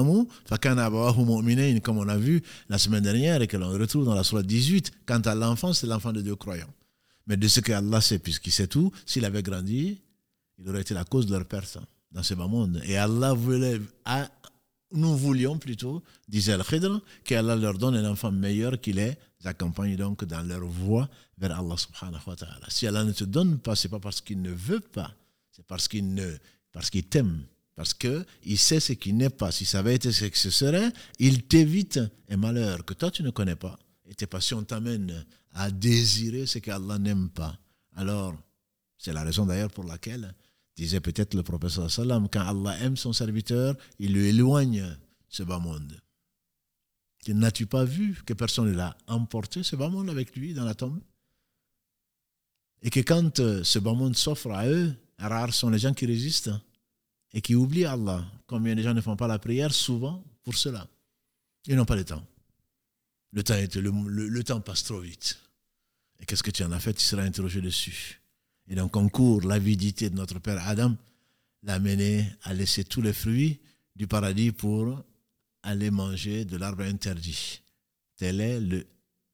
on a vu la semaine dernière et que l'on retrouve dans la sourate dix-huit, quant à l'enfant, c'est l'enfant de Dieu croyant. Mais de ce que Allah sait, puisqu'il sait tout, s'il avait grandi, il aurait été la cause de leur perte dans ce bas monde. Et Allah voulait, à, nous voulions plutôt, disait Al-Khidr, qu'Allah leur donne un enfant meilleur qui les accompagne donc dans leur voie vers Allah subhanahu wa ta'ala. Si Allah ne te donne pas, ce n'est pas parce qu'il ne veut pas, c'est parce qu'il, ne, parce qu'il t'aime. Parce qu'il sait ce qui n'est pas. Si ça avait été ce que ce serait, il t'évite un malheur que toi tu ne connais pas. Et tes passions t'amènent à désirer ce qu'Allah n'aime pas. Alors, c'est la raison d'ailleurs pour laquelle, disait peut-être le prophète sallallahu alayhi wa sallam, quand Allah aime son serviteur, il lui éloigne ce bas monde. N'as-tu pas vu que personne ne l'a emporté, ce bas monde, avec lui dans la tombe? Et que quand ce bas monde s'offre à eux, rares sont les gens qui résistent et qui oublient Allah. Combien de gens ne font pas la prière souvent pour cela? Ils n'ont pas le temps. Le temps, est, le, le, le temps passe trop vite. Et qu'est-ce que tu en as fait? Tu seras interrogé dessus. Et donc, on court l'avidité de notre père Adam, l'a mené à laisser tous les fruits du paradis pour aller manger de l'arbre interdit. Telle est le,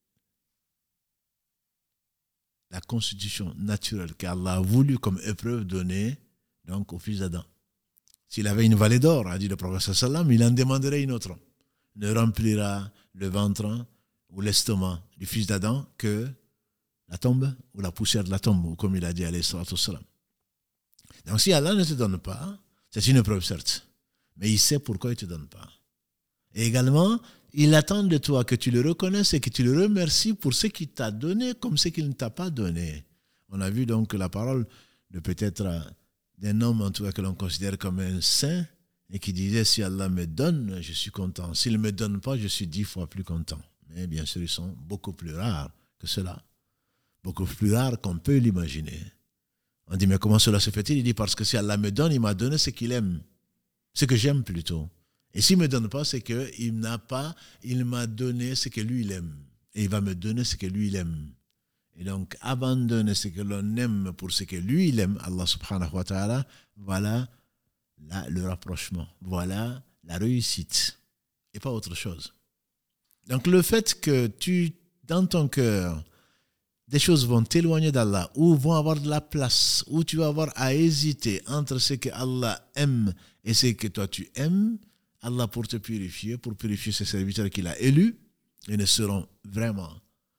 la constitution naturelle qu'Allah a voulu comme épreuve donner donc, au fils d'Adam. S'il avait une vallée d'or, a dit le prophète sallam, il en demanderait une autre. Ne remplira le ventre ou l'estomac du fils d'Adam que la tombe ou la poussière de la tombe, ou comme il a dit alayhi salatu wassalam. Donc si Allah ne te donne pas, c'est une preuve certes, mais il sait pourquoi il ne te donne pas. Et également, il attend de toi que tu le reconnaisses et que tu le remercies pour ce qu'il t'a donné comme ce qu'il ne t'a pas donné. On a vu donc la parole de peut-être d'un homme en tout cas que l'on considère comme un saint et qui disait si Allah me donne, je suis content. S'il ne me donne pas, je suis dix fois plus content. Mais bien sûr, ils sont beaucoup plus rares que cela. Beaucoup plus rares qu'on peut l'imaginer. On dit, mais comment cela se fait-il? Il dit, parce que si Allah me donne, il m'a donné ce qu'il aime. Ce que j'aime plutôt. Et s'il ne me donne pas, c'est qu'il n'a pas, il m'a donné ce que lui, il aime. Et il va me donner ce que lui, il aime. Et donc, abandonner ce que l'on aime pour ce que lui, il aime, Allah subhanahu wa ta'ala, voilà la, le rapprochement. Voilà la réussite. Et pas autre chose. Donc, le fait que tu, dans ton cœur, des choses vont t'éloigner d'Allah, ou vont avoir de la place, ou tu vas avoir à hésiter entre ce que Allah aime et ce que toi tu aimes, Allah pour te purifier, pour purifier ses serviteurs qu'il a élus, ils ne seront vraiment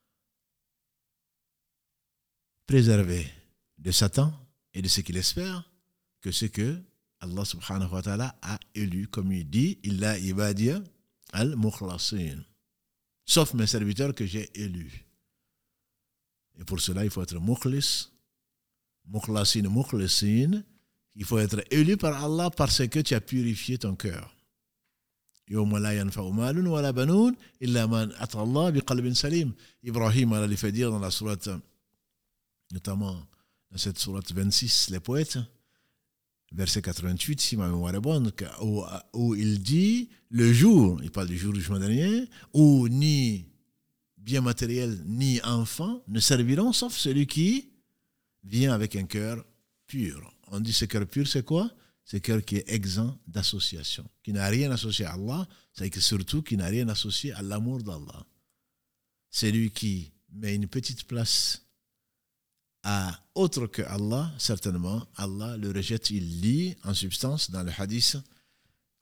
préservés de Satan et de ce qu'il espère que ce que Allah subhanahu wa ta'ala a élu, comme il dit, illa ibadiya al-mukhlasin, sauf mes serviteurs que j'ai élus. Et pour cela, il faut être mukhlis, mukhlasin, mukhlisin. Il faut être élu par Allah parce que tu as purifié ton cœur. Yawma la yanfa'u malun wala banoun illa man ata Allah biqalbin salim. Ibrahim a fait dire dans la sourate, notamment dans cette sourate vingt-six, les poètes, verset quatre-vingt-huit, si ma mémoire est bonne, où, où il dit, le jour, il parle du jour du jugement dernier, où ni bien matériel ni enfant ne serviront sauf celui qui vient avec un cœur pur. On dit ce cœur pur, c'est quoi? C'est un cœur qui est exempt d'association, qui n'a rien associé à Allah, c'est surtout qui n'a rien associé à l'amour d'Allah. C'est lui qui met une petite place à autre que Allah, certainement, Allah le rejette. Il lit en substance dans le hadith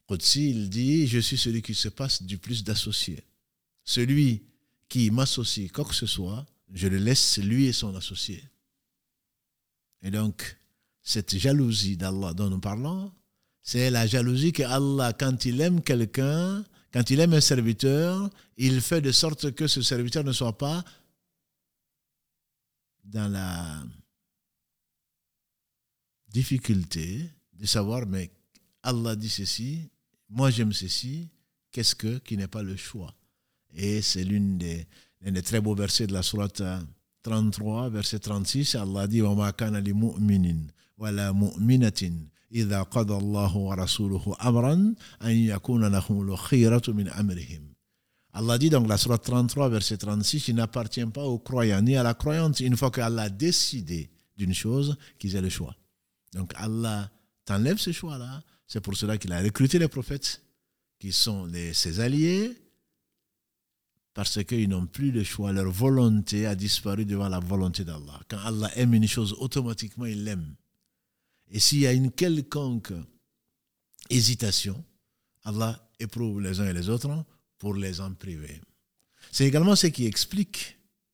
Qudsi, il dit, je suis celui qui se passe du plus d'associés. Celui qui m'associe quoi que ce soit, je le laisse lui et son associé. Et donc, cette jalousie d'Allah dont nous parlons, c'est la jalousie que Allah, quand il aime quelqu'un, quand il aime un serviteur, il fait de sorte que ce serviteur ne soit pas dans la difficulté de savoir, mais Allah dit ceci, moi j'aime ceci, qu'est-ce que qui n'est pas le choix? Et c'est l'une des, l'un des très beaux versets de la sourate trente-trois, verset trente-six. Allah dit wa ma kana li mu'minin wa la mu'minatin idha qada Allahu wa rasuluhu amran an yakuna lahum al-khiyaratu min amrihim. Allah dit donc la sourate trente-trois, verset trente-six, il n'appartient pas aux croyants ni à la croyante une fois qu'Allah a décidé d'une chose qu'ils aient le choix. Donc Allah t'enlève ce choix-là. C'est pour cela qu'il a recruté les prophètes qui sont les, ses alliés, parce qu'ils n'ont plus le choix. Leur volonté a disparu devant la volonté d'Allah. Quand Allah aime une chose, automatiquement il l'aime. Et s'il y a une quelconque hésitation, Allah éprouve les uns et les autres pour les en priver. C'est également ce qui explique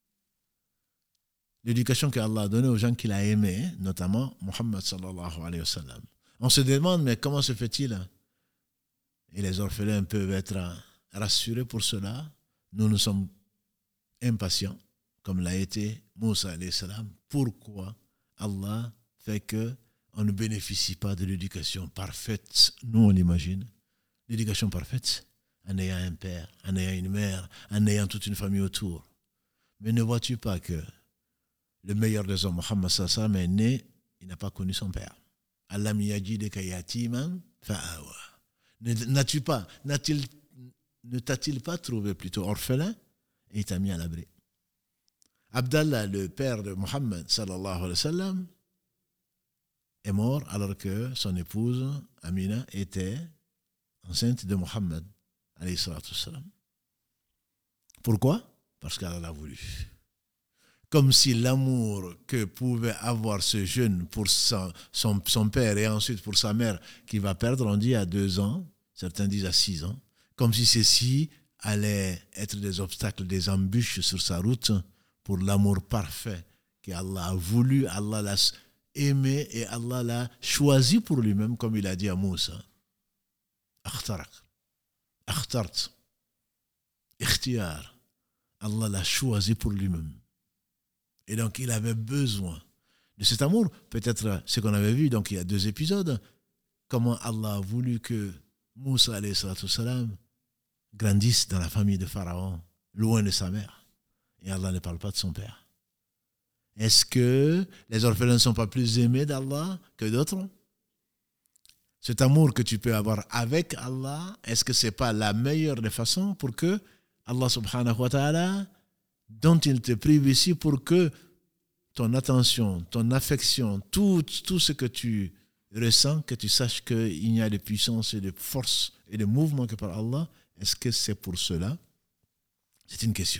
l'éducation qu'Allah a donnée aux gens qu'il a aimés, notamment Muhammad sallallahu alayhi wa sallam. On se demande, mais comment se fait-il? Et les orphelins peuvent être rassurés pour cela. Nous, nous sommes impatients, comme l'a été Moussa alayhi salam. Pourquoi Allah fait qu'on ne bénéficie pas de l'éducation parfaite? Nous, on l'imagine. L'éducation parfaite, en ayant un père, en ayant une mère, en ayant toute une famille autour. Mais ne vois-tu pas que le meilleur des hommes, Muhammad sallallahu alayhi wa sallam, est né, il n'a pas connu son père. Alam yajidaka yatiman fa'awa. N'as-tu pas, n'a-t-il, ne t'a-t-il pas trouvé plutôt orphelin et il t'a mis à l'abri? Abdallah, le père de Muhammad sallallahu alayhi wa sallam, est mort alors que son épouse Amina était enceinte de Muhammad alayhi salatu wassalam. Pourquoi? Parce qu'Allah l'a voulu. Comme si l'amour que pouvait avoir ce jeune pour son, son, son père et ensuite pour sa mère qui va perdre, on dit à deux ans, certains disent à six ans, comme si ceci allait être des obstacles, des embûches sur sa route pour l'amour parfait qu'Allah a voulu, Allah l'a aimé et Allah l'a choisi pour lui-même, comme il a dit à Moussa. Akhtarak, akhtart, ikhtiyar. Allah l'a choisi pour lui-même. Et donc, il avait besoin de cet amour. Peut-être ce qu'on avait vu, donc il y a deux épisodes, comment Allah a voulu que Moussa alayhi salatu salam grandisse dans la famille de Pharaon, loin de sa mère. Et Allah ne parle pas de son père. Est-ce que les orphelins ne sont pas plus aimés d'Allah que d'autres? Cet amour que tu peux avoir avec Allah, est-ce que ce n'est pas la meilleure des façons pour que Allah subhanahu wa ta'ala, dont il te prive ici, pour que ton attention, ton affection, tout, tout ce que tu ressens, que tu saches qu'il n'y a de puissance et de force et de mouvement que par Allah, est-ce que c'est pour cela? C'est une question.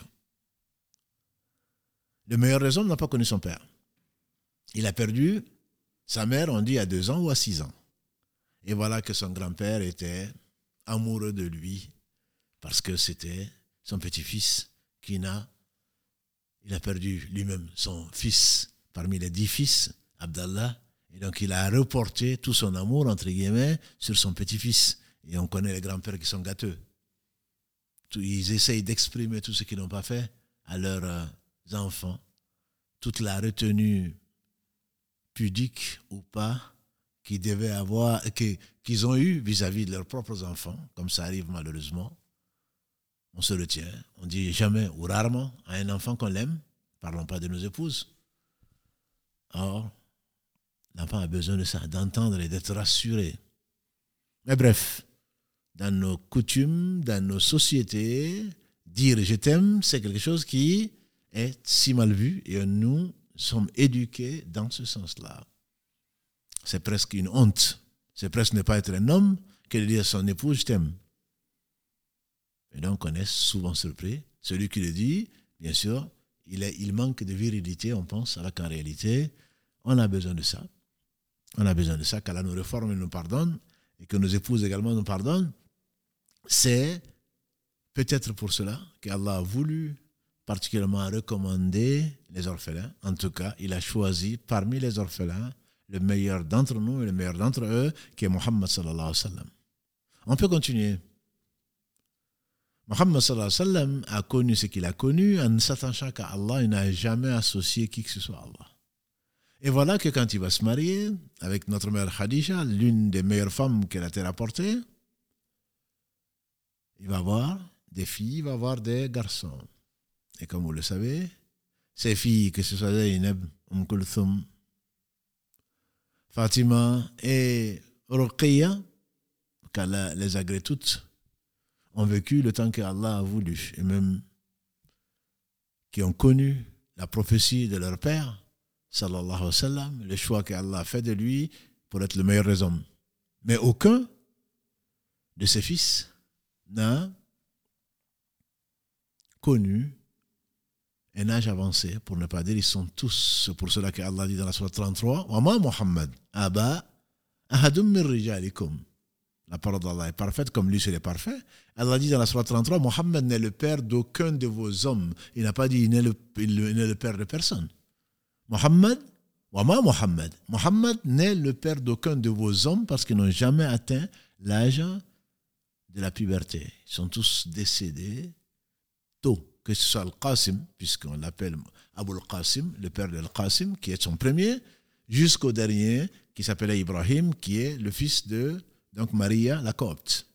Le meilleur des hommes n'a pas connu son père. Il a perdu sa mère, on dit, à deux ans ou à six ans. Et voilà que son grand-père était amoureux de lui parce que c'était son petit-fils qui n'a Il a perdu lui-même son fils parmi les dix fils, Abdallah, et donc il a reporté tout son amour, entre guillemets, sur son petit-fils. Et on connaît les grands-pères qui sont gâteux. Ils essayent d'exprimer tout ce qu'ils n'ont pas fait à leurs enfants. Toute la retenue pudique ou pas qu'ils devaient avoir, qu'ils ont eu vis-à-vis de leurs propres enfants, comme ça arrive malheureusement. On se retient, on dit jamais ou rarement à un enfant qu'on l'aime, parlons pas de nos épouses. Or, l'enfant a besoin de ça, d'entendre et d'être rassuré. Mais bref, dans nos coutumes, dans nos sociétés, dire je t'aime, c'est quelque chose qui est si mal vu et nous sommes éduqués dans ce sens-là. C'est presque une honte. C'est presque ne pas être un homme que de dire à son épouse je t'aime. Et donc, on est souvent surpris. Celui qui le dit, bien sûr, il, est, il manque de virilité, on pense, alors qu'en réalité, on a besoin de ça. On a besoin de ça, qu'Allah nous réforme et nous pardonne. et que nos épouses également nous pardonnent, c'est peut-être pour cela qu'Allah a voulu particulièrement recommander les orphelins. En tout cas, il a choisi parmi les orphelins le meilleur d'entre nous et le meilleur d'entre eux, qui est Muhammad sallallahu alayhi wa sallam. On peut continuer. Muhammad sallallahu alayhi wa sallam a connu ce qu'il a connu en s'attachant qu'à Allah, il n'a jamais associé qui que ce soit à Allah. Et voilà que quand il va se marier avec notre mère Khadija, l'une des meilleures femmes que la terre a portées, il va avoir des filles, il va avoir des garçons. Et comme vous le savez, ces filles, que ce soit Zaynab, Umm Kulthum, Fatima et Ruqayya, qu'Allah les agrée toutes, ont vécu le temps qu'Allah a voulu, et même qui ont connu la prophétie de leur père, sallallahu alayhi wa sallam, le choix qu'Allah a fait de lui pour être le meilleur des hommes. Mais aucun de ses fils n'a connu un âge avancé, pour ne pas dire ils sont tous. C'est pour cela qu'Allah dit dans la sourate trente-trois, wa ma Muhammad aba ahadum min rijalikum. La parole d'Allah est parfaite, comme lui, c'est le parfait. Allah dit dans la sourate trente-trois, Mohammed n'est le père d'aucun de vos hommes. Il n'a pas dit il n'est le, il n'est le père de personne. Mohammed, wa ma Mohammed. Mohammed n'est le père d'aucun de vos hommes parce qu'ils n'ont jamais atteint l'âge de la puberté. Ils sont tous décédés tôt. Que ce soit Al-Qasim, puisqu'on l'appelle Abu Al-Qasim, le père de Al-Qasim, qui est son premier, jusqu'au dernier, qui s'appelait Ibrahim, qui est le fils de donc Maria, la copte.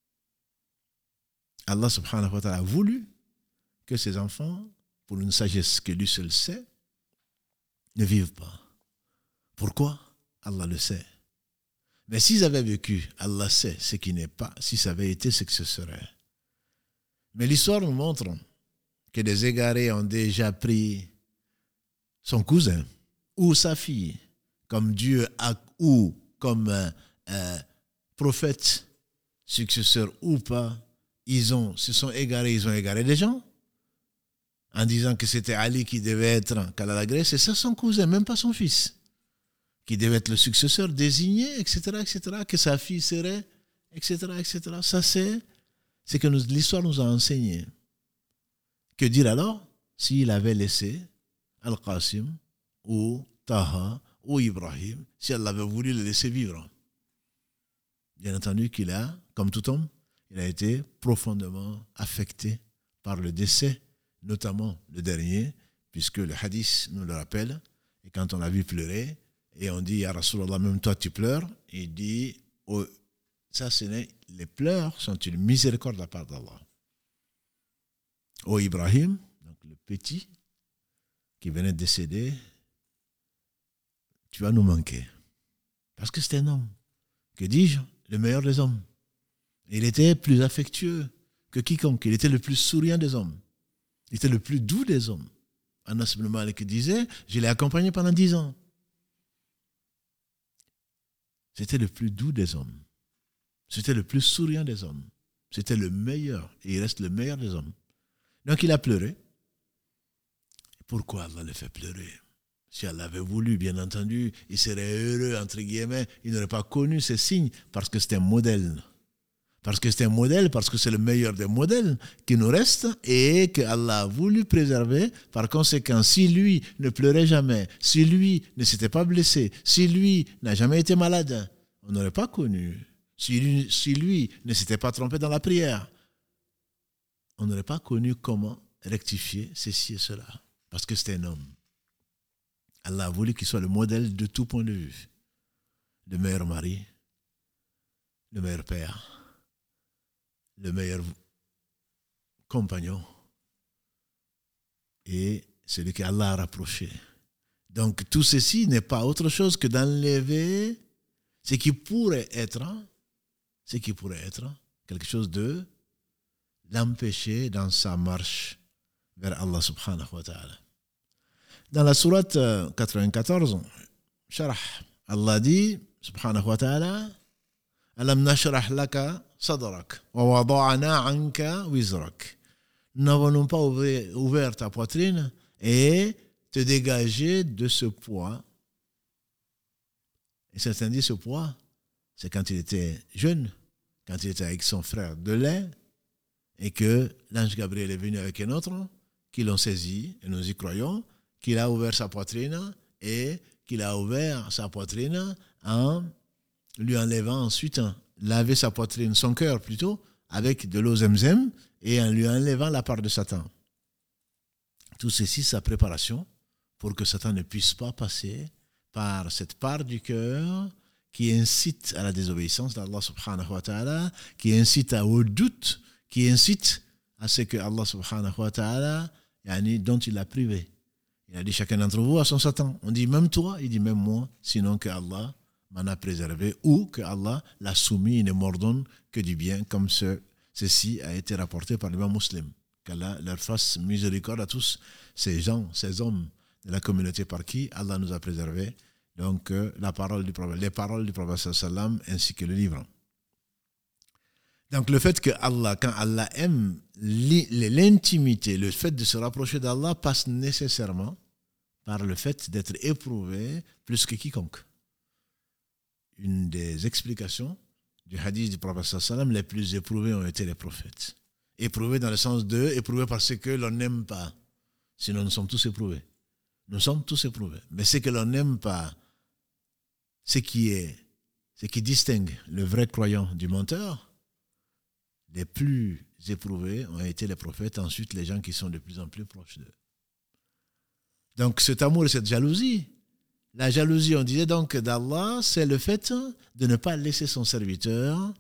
Allah subhanahu wa ta'ala a voulu que ses enfants, pour une sagesse que lui seul sait, ne vivent pas. Pourquoi? Allah le sait. Mais s'ils avaient vécu, Allah sait ce qui n'est pas, si ça avait été ce que ce serait. Mais l'histoire nous montre que des égarés ont déjà pris son cousin ou sa fille comme Dieu a, ou comme euh, euh, prophète, successeur ou pas, ils ont, se sont égarés, ils ont égaré des gens en disant que c'était Ali qui devait être Kalalagré, c'est ça son cousin, même pas son fils, qui devait être le successeur désigné, et cetera, et cetera, que sa fille serait, et cetera, et cetera. Ça, c'est, c'est que nous, l'histoire nous a enseigné. Que dire alors s'il avait laissé Al-Qasim ou Taha ou Ibrahim, si elle avait voulu le laisser vivre? Bien entendu qu'il a, comme tout homme, il a été profondément affecté par le décès, notamment le dernier, puisque le hadith nous le rappelle, et quand on l'a vu pleurer, et on dit, Ya Rasulallah, même toi tu pleures, il dit, oh, ça ce n'est, les pleurs sont une miséricorde de la part d'Allah. Ô Ibrahim, donc le petit qui venait de décéder, tu vas nous manquer. Parce que c'était un homme. Que dis-je? Le meilleur des hommes. Il était plus affectueux que quiconque. Il était le plus souriant des hommes. Il était le plus doux des hommes. Anas ibn Malik disait, je l'ai accompagné pendant dix ans. C'était le plus doux des hommes. C'était le plus souriant des hommes. C'était le meilleur. Et il reste le meilleur des hommes. Donc il a pleuré. Pourquoi Allah le fait pleurer? Si Allah avait voulu, bien entendu, il serait heureux, entre guillemets, il n'aurait pas connu ces signes, parce que c'est un modèle. Parce que c'est un modèle, parce que c'est le meilleur des modèles qui nous reste, et que Allah a voulu préserver. Par conséquent, si lui ne pleurait jamais, si lui ne s'était pas blessé, si lui n'a jamais été malade, on n'aurait pas connu. Si lui, si lui ne s'était pas trompé dans la prière, on n'aurait pas connu comment rectifier ceci et cela. Parce que c'était un homme. Allah a voulu qu'il soit le modèle de tout point de vue. Le meilleur mari, le meilleur père, le meilleur compagnon et celui qu'Allah a rapproché. Donc tout ceci n'est pas autre chose que d'enlever ce qui pourrait être, ce qui pourrait être quelque chose de l'empêcher dans sa marche vers Allah subhanahu wa ta'ala. Dans la sourate quatre-vingt-quatorze, Sharah, Allah dit, subhanahu wa ta'ala, Alam nashrah laka sadrak, wa wada'ana anka wizrak. Nous n'avons pas ouvert, ouvert ta poitrine et te dégager de ce poids. Et certains disent ce poids, c'est quand il était jeune, quand il était avec son frère de lait, et que l'ange Gabriel est venu avec un autre, qui l'ont saisi, et nous y croyons, qu'il a ouvert sa poitrine, et qu'il a ouvert sa poitrine en lui enlevant ensuite, laver sa poitrine, son cœur plutôt, avec de l'eau Zemzem, et en lui enlevant la part de Satan. Tout ceci, sa préparation pour que Satan ne puisse pas passer par cette part du cœur qui incite à la désobéissance d'Allah subhanahu wa ta'ala, qui incite au doute, qui incite à ce que Allah subhanahu wa ta'ala, yani, dont il l'a privé. Il a dit chacun d'entre vous a son Satan. On dit même toi, il dit même moi, sinon que Allah m'en a préservé ou que Allah l'a soumis, il ne m'ordonne que du bien, comme ce, ceci a été rapporté par l'imam Muslim. Qu'Allah leur fasse miséricorde à tous ces gens, ces hommes de la communauté par qui Allah nous a préservés. Donc, euh, la parole du prophète, les paroles du prophète sallam ainsi que le livre. Donc, le fait que Allah, quand Allah aime l'intimité, le fait de se rapprocher d'Allah passe nécessairement par le fait d'être éprouvé plus que quiconque. Une des explications du hadith du prophète sallam, les plus éprouvés ont été les prophètes. Éprouvés dans le sens de éprouvés parce que l'on n'aime pas. Sinon, nous sommes tous éprouvés. Nous sommes tous éprouvés. Mais ce que l'on n'aime pas, ce qui est, ce qui distingue le vrai croyant du menteur, les plus éprouvés ont été les prophètes, ensuite les gens qui sont de plus en plus proches d'eux. Donc cet amour et cette jalousie, la jalousie, on disait donc d'Allah, c'est le fait de ne pas laisser son serviteur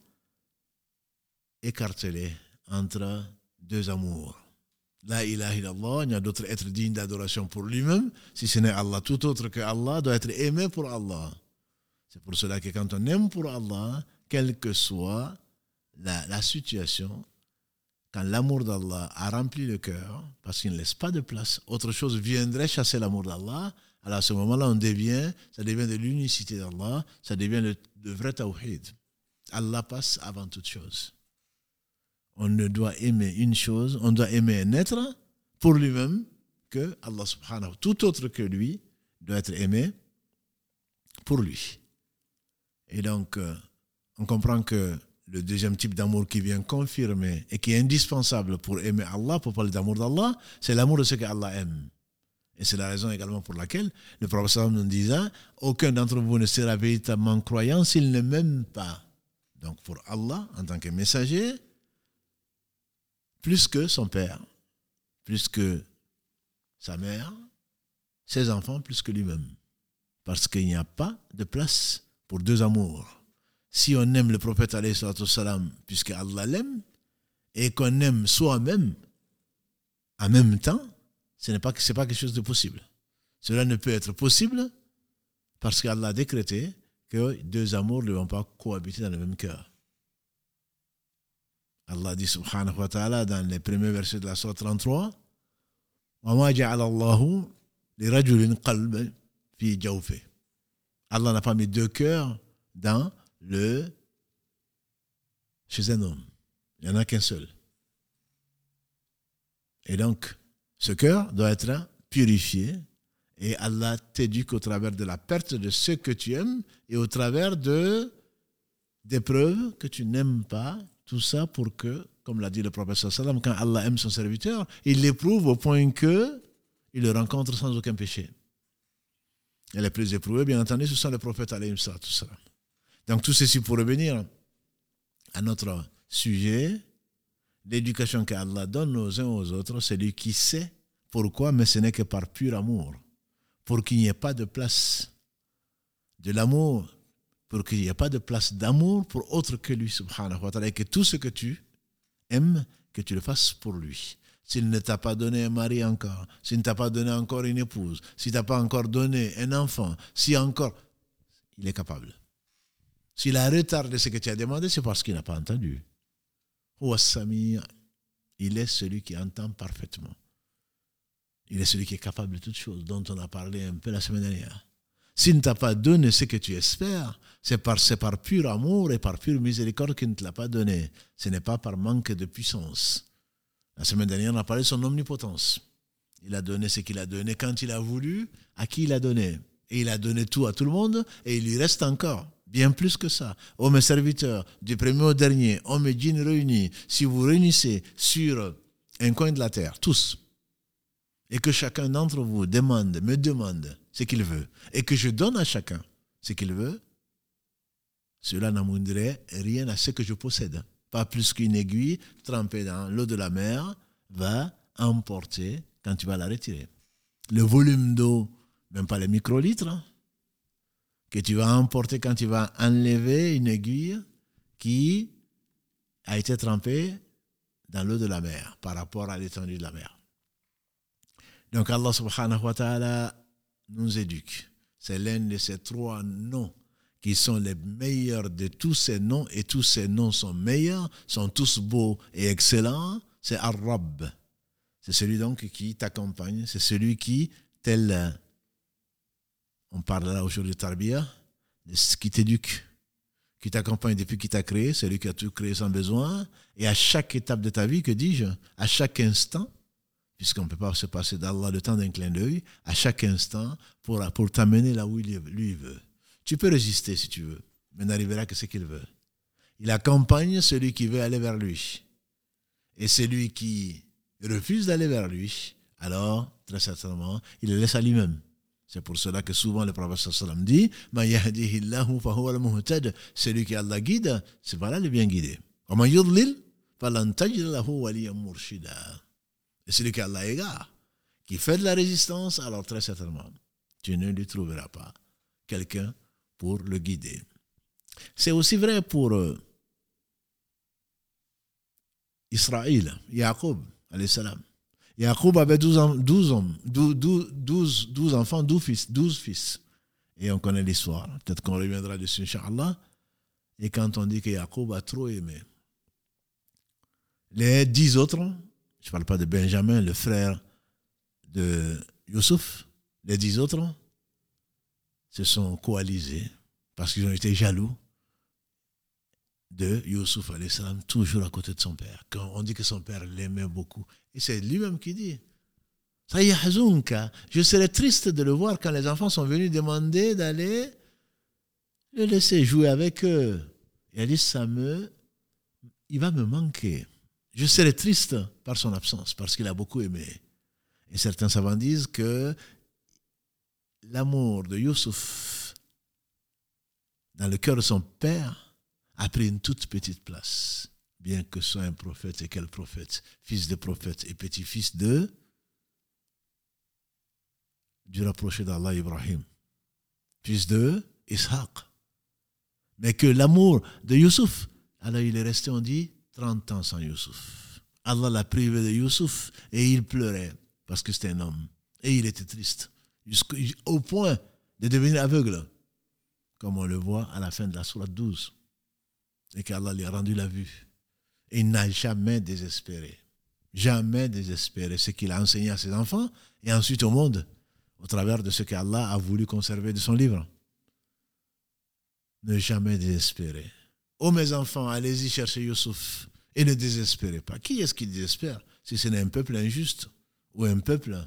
écartelé entre deux amours. La ilaha illallah, il y a d'autres êtres dignes d'adoration pour lui-même, si ce n'est Allah. Tout autre que Allah doit être aimé pour Allah. C'est pour cela que quand on aime pour Allah, quelle que soit la, la situation, quand l'amour d'Allah a rempli le cœur, parce qu'il ne laisse pas de place, autre chose viendrait chasser l'amour d'Allah, alors à ce moment-là, on devient, ça devient de l'unicité d'Allah, ça devient le, le vrai tawhid. Allah passe avant toute chose. On ne doit aimer une chose, on doit aimer un être pour lui-même que Allah subhanahu wa ta'ala. Tout autre que lui doit être aimé pour lui. Et donc, euh, on comprend que le deuxième type d'amour qui vient confirmer et qui est indispensable pour aimer Allah, pour parler d'amour d'Allah, c'est l'amour de ce qu'Allah aime. Et c'est la raison également pour laquelle le prophète nous disait « Aucun d'entre vous ne sera véritablement croyant s'il ne m'aime pas. » Donc pour Allah, en tant que messager, plus que son père, plus que sa mère, ses enfants, plus que lui-même. Parce qu'il n'y a pas de place pour deux amours. Si on aime le prophète alayhi salatu wassalam, puisque Allah l'aime, et qu'on aime soi-même en même temps, ce n'est pas, c'est pas quelque chose de possible. Cela ne peut être possible parce qu'Allah a décrété que deux amours ne vont pas cohabiter dans le même cœur. Allah dit subhanahu wa ta'ala dans les premiers versets de la sourate trente-trois وَمَا جَعَلَ اللَّهُ لِرَجُلٍ قَلْبًا فِي جَوْفِهِ. Allah n'a pas mis deux cœurs dans le chez un homme. Il n'y en a qu'un seul. Et donc, ce cœur doit être purifié et Allah t'éduque au travers de la perte de ce que tu aimes et au travers de d'épreuves que tu n'aimes pas. Tout ça pour que, comme l'a dit le prophète sallam, quand Allah aime son serviteur, il l'éprouve au point que il le rencontre sans aucun péché. Et les plus éprouvés, bien entendu, ce sont les prophètes alayhim salam. Donc tout ceci pour revenir à notre sujet, l'éducation qu'Allah donne aux uns aux autres, c'est lui qui sait pourquoi, mais ce n'est que par pur amour. Pour qu'il n'y ait pas de place de l'amour, pour qu'il n'y ait pas de place d'amour pour autre que lui, subhanahu wa ta'ala, et que tout ce que tu aimes, que tu le fasses pour lui. S'il ne t'a pas donné un mari encore, s'il ne t'a pas donné encore une épouse, s'il ne t'a pas encore donné un enfant, si encore, il est capable. S'il a retardé ce que tu as demandé, c'est parce qu'il n'a pas entendu. Il est celui qui entend parfaitement. Il est celui qui est capable de toutes choses, dont on a parlé un peu la semaine dernière. S'il ne t'a pas donné ce que tu espères, c'est par, c'est par pur amour et par pure miséricorde qu'il ne te l'a pas donné. Ce n'est pas par manque de puissance. La semaine dernière, on a parlé de son omnipotence. Il a donné ce qu'il a donné quand il a voulu, à qui il a donné. Et il a donné tout à tout le monde, et il lui reste encore Bien plus que ça. Ô mes serviteurs, du premier au dernier, hommes et djinns réunis, si vous réunissez sur un coin de la terre, tous, et que chacun d'entre vous demande, me demande ce qu'il veut, et que je donne à chacun ce qu'il veut, cela n'amoindrait rien à ce que je possède. Pas plus qu'une aiguille trempée dans l'eau de la mer va emporter quand tu vas la retirer. Le volume d'eau, même pas les microlitres, que tu vas emporter quand tu vas enlever une aiguille qui a été trempée dans l'eau de la mer par rapport à l'étendue de la mer. Donc Allah subhanahu wa ta'ala nous éduque. C'est l'un de ces trois noms qui sont les meilleurs de tous ces noms, et tous ces noms sont meilleurs, sont tous beaux et excellents. C'est Ar-Rabb. C'est celui donc qui t'accompagne, c'est celui qui, tel, on parle là aujourd'hui de Tarbiya, qui t'éduque, qui t'accompagne depuis qu'il t'a créé, celui qui a tout créé sans besoin, et à chaque étape de ta vie, que dis-je, à chaque instant, puisqu'on ne peut pas se passer d'Allah le temps d'un clin d'œil, à chaque instant, pour, pour t'amener là où il, lui veut. Tu peux résister si tu veux, mais n'arrivera que ce qu'il veut. Il accompagne celui qui veut aller vers lui. Et celui qui refuse d'aller vers lui, alors, très certainement, il le laisse à lui-même. C'est pour cela que souvent le prophète sallallahu alayhi wa sallam dit « Ma yahdihillahu fahuwa al-muhtad » celui qui Allah guide, c'est voilà le bien guidé. « Wa man yudlil falan tajid lahu waliyan murshida » Et celui qui Allah égare, qui fait de la résistance, alors très certainement, tu ne lui trouveras pas quelqu'un pour le guider. C'est aussi vrai pour euh, Israël, Jacob, alayhi salam. Jacob avait douze hommes, douze enfants, douze fils, douze fils. Et on connaît l'histoire. Peut-être qu'on reviendra dessus, Inch'Allah. Et quand on dit que Jacob a trop aimé, les dix autres, je ne parle pas de Benjamin, le frère de Youssouf, les dix autres se sont coalisés parce qu'ils ont été jaloux de Youssouf alayhi salam, toujours à côté de son père. Quand on dit que son père l'aimait beaucoup. Et c'est lui-même qui dit « Je serais triste de le voir quand les enfants sont venus demander d'aller le laisser jouer avec eux. » Et elle dit « Ça me... il va me manquer. Je serais triste par son absence, parce qu'il a beaucoup aimé. » Et certains savants disent que l'amour de Youssouf dans le cœur de son père a pris une toute petite place, bien que ce soit un prophète. Et quel prophète? Fils de prophète et petit-fils de du rapproché d'Allah Ibrahim, fils de Ishaq. Mais que l'amour de Youssouf, alors il est resté, on dit, trente ans sans Youssouf. Allah l'a privé de Youssouf et il pleurait parce que c'était un homme. Et il était triste, au point de devenir aveugle, comme on le voit à la fin de la sourate douze. Et qu'Allah lui a rendu la vue. Et il n'a jamais désespéré. Jamais désespéré. Ce qu'il a enseigné à ses enfants et ensuite au monde, au travers de ce qu'Allah a voulu conserver de son livre. Ne jamais désespérer. Oh mes enfants, allez-y chercher Youssouf et ne désespérez pas. Qui est-ce qui désespère si ce n'est un peuple injuste ou un peuple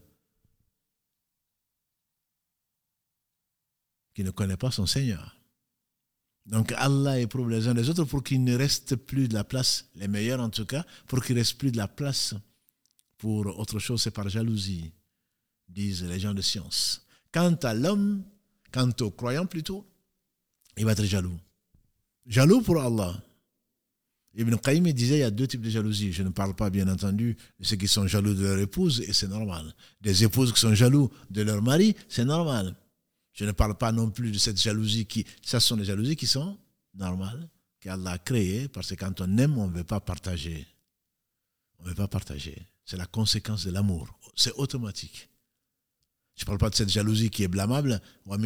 qui ne connaît pas son Seigneur? Donc Allah éprouve les uns les autres pour qu'il ne reste plus de la place, les meilleurs en tout cas, pour qu'il ne reste plus de la place pour autre chose, c'est par jalousie, disent les gens de science. Quant à l'homme, quant au croyant plutôt, il va être jaloux. Jaloux pour Allah. Ibn Qayyim disait il y a deux types de jalousie. Je ne parle pas bien entendu de ceux qui sont jaloux de leur épouse, et c'est normal. Des épouses qui sont jaloux de leur mari, c'est normal. Je ne parle pas non plus de cette jalousie qui... Ça sont des jalousies qui sont normales, qu'Allah a créées, parce que quand on aime, on ne veut pas partager. On ne veut pas partager. C'est la conséquence de l'amour. C'est automatique. Je ne parle pas de cette jalousie qui est blâmable.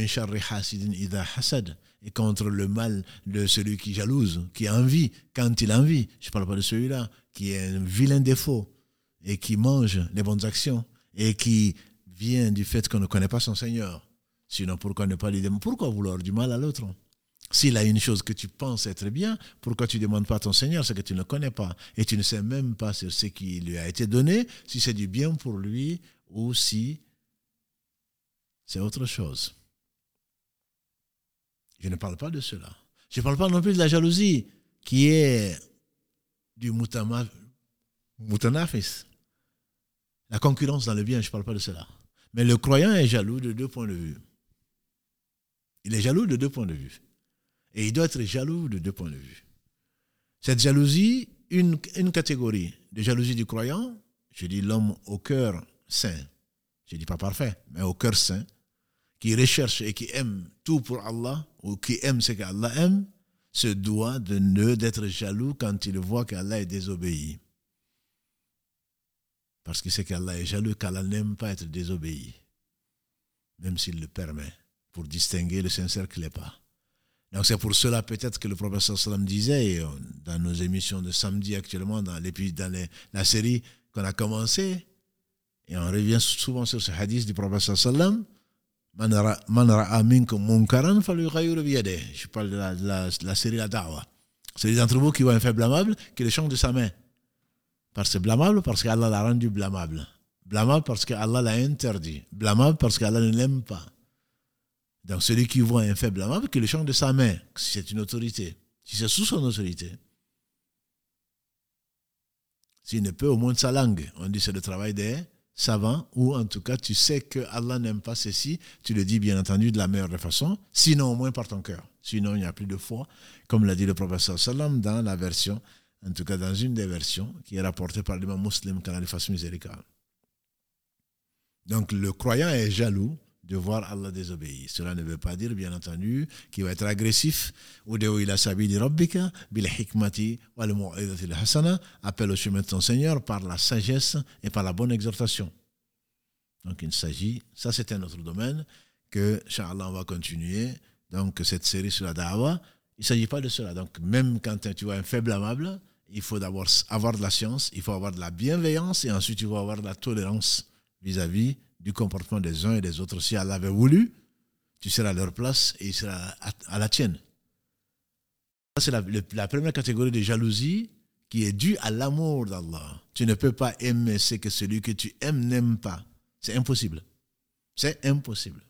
Et contre le mal de celui qui jalouse, qui a envie, quand il a envie. Je ne parle pas de celui-là, qui est un vilain défaut et qui mange les bonnes actions et qui vient du fait qu'on ne connaît pas son Seigneur. Sinon, pourquoi ne pas lui demander? Pourquoi vouloir du mal à l'autre? S'il a une chose que tu penses être bien, pourquoi tu ne demandes pas à ton Seigneur ce que tu ne connais pas? Et tu ne sais même pas sur ce qui lui a été donné, si c'est du bien pour lui ou si c'est autre chose. Je ne parle pas de cela. Je ne parle pas non plus de la jalousie qui est du mutama- mutanafis. La concurrence dans le bien, je ne parle pas de cela. Mais le croyant est jaloux de deux points de vue. Il est jaloux de deux points de vue. Et il doit être jaloux de deux points de vue. Cette jalousie, une, une catégorie de jalousie du croyant, je dis l'homme au cœur saint, je ne dis pas parfait, mais au cœur saint, qui recherche et qui aime tout pour Allah, ou qui aime ce qu'Allah aime, se doit de ne d'être jaloux quand il voit qu'Allah est désobéi. Parce qu'il sait qu'Allah est jaloux, qu'Allah n'aime pas être désobéi, même s'il le permet, pour distinguer le sincère qui ne l'est pas. Donc c'est pour cela peut-être que le prophète sallam disait, dans nos émissions de samedi actuellement, dans, les, dans les, la série qu'on a commencée, et on revient souvent sur ce hadith du prophète sallam, Man ra'a minkum munkaran falyughayyirhu biyadihi. Je parle de la, de la, de la série La Da'wa. Celui d'entre vous qui voit un fait blâmable, qui le change de sa main. Parce que c'est blâmable, parce qu'Allah l'a rendu blâmable. Blâmable parce qu'Allah l'a interdit. Blâmable parce qu'Allah ne l'aime pas. Donc celui qui voit un fait blâmable, qui le change de sa main, si c'est une autorité, si c'est sous son autorité. S'il ne peut, au moins de sa langue. On dit c'est le travail des savants, ou en tout cas tu sais que Allah n'aime pas ceci, tu le dis bien entendu de la meilleure des façons, sinon au moins par ton cœur. Sinon il n'y a plus de foi, comme l'a dit le prophète sallam dans la version, en tout cas dans une des versions qui est rapportée par l'imam Muslim quand il fasse miséricorde. Donc le croyant est jaloux de voir Allah désobéir. Cela ne veut pas dire, bien entendu, qu'il va être agressif. Udu ila sabili rabbika bil hikmati wal mau'izati al hasana, appelle au chemin de ton Seigneur par la sagesse et par la bonne exhortation. Donc il s'agit, ça c'est un autre domaine que, Inch'Allah, on va continuer. Donc cette série sur la da'wa, il ne s'agit pas de cela. Donc même quand tu vois un faible amable, il faut d'abord avoir de la science, il faut avoir de la bienveillance et ensuite il faut avoir de la tolérance vis-à-vis du comportement des uns et des autres. Si Allah avait voulu, tu seras à leur place et il sera à, à la tienne. Ça, c'est la, la première catégorie de jalousie qui est due à l'amour d'Allah. Tu ne peux pas aimer ce que celui que tu aimes n'aime pas. C'est impossible. C'est impossible.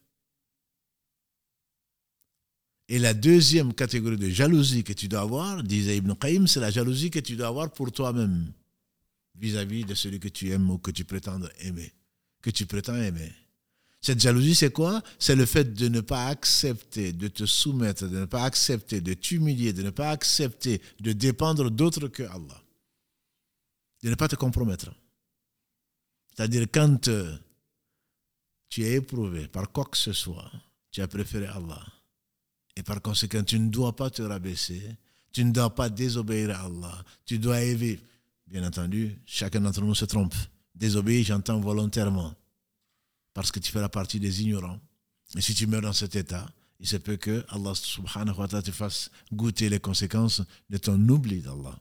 Et la deuxième catégorie de jalousie que tu dois avoir, disait Ibn Qayyim, c'est la jalousie que tu dois avoir pour toi-même, vis-à-vis de celui que tu aimes ou que tu prétends aimer. que tu prétends aimer. Cette jalousie, c'est quoi? C'est le fait de ne pas accepter, de te soumettre, de ne pas accepter, de t'humilier, de ne pas accepter, de dépendre d'autre que Allah. De ne pas te compromettre. C'est-à-dire quand tu es éprouvé par quoi que ce soit, tu as préféré Allah. Et par conséquent, tu ne dois pas te rabaisser, tu ne dois pas désobéir à Allah, tu dois éviter. Bien entendu, chacun d'entre nous se trompe. Désobéir, j'entends volontairement, parce que tu fais la partie des ignorants. Et si tu meurs dans cet état, il se peut que Allah subhanahu wa ta'ala te fasse goûter les conséquences de ton oubli d'Allah.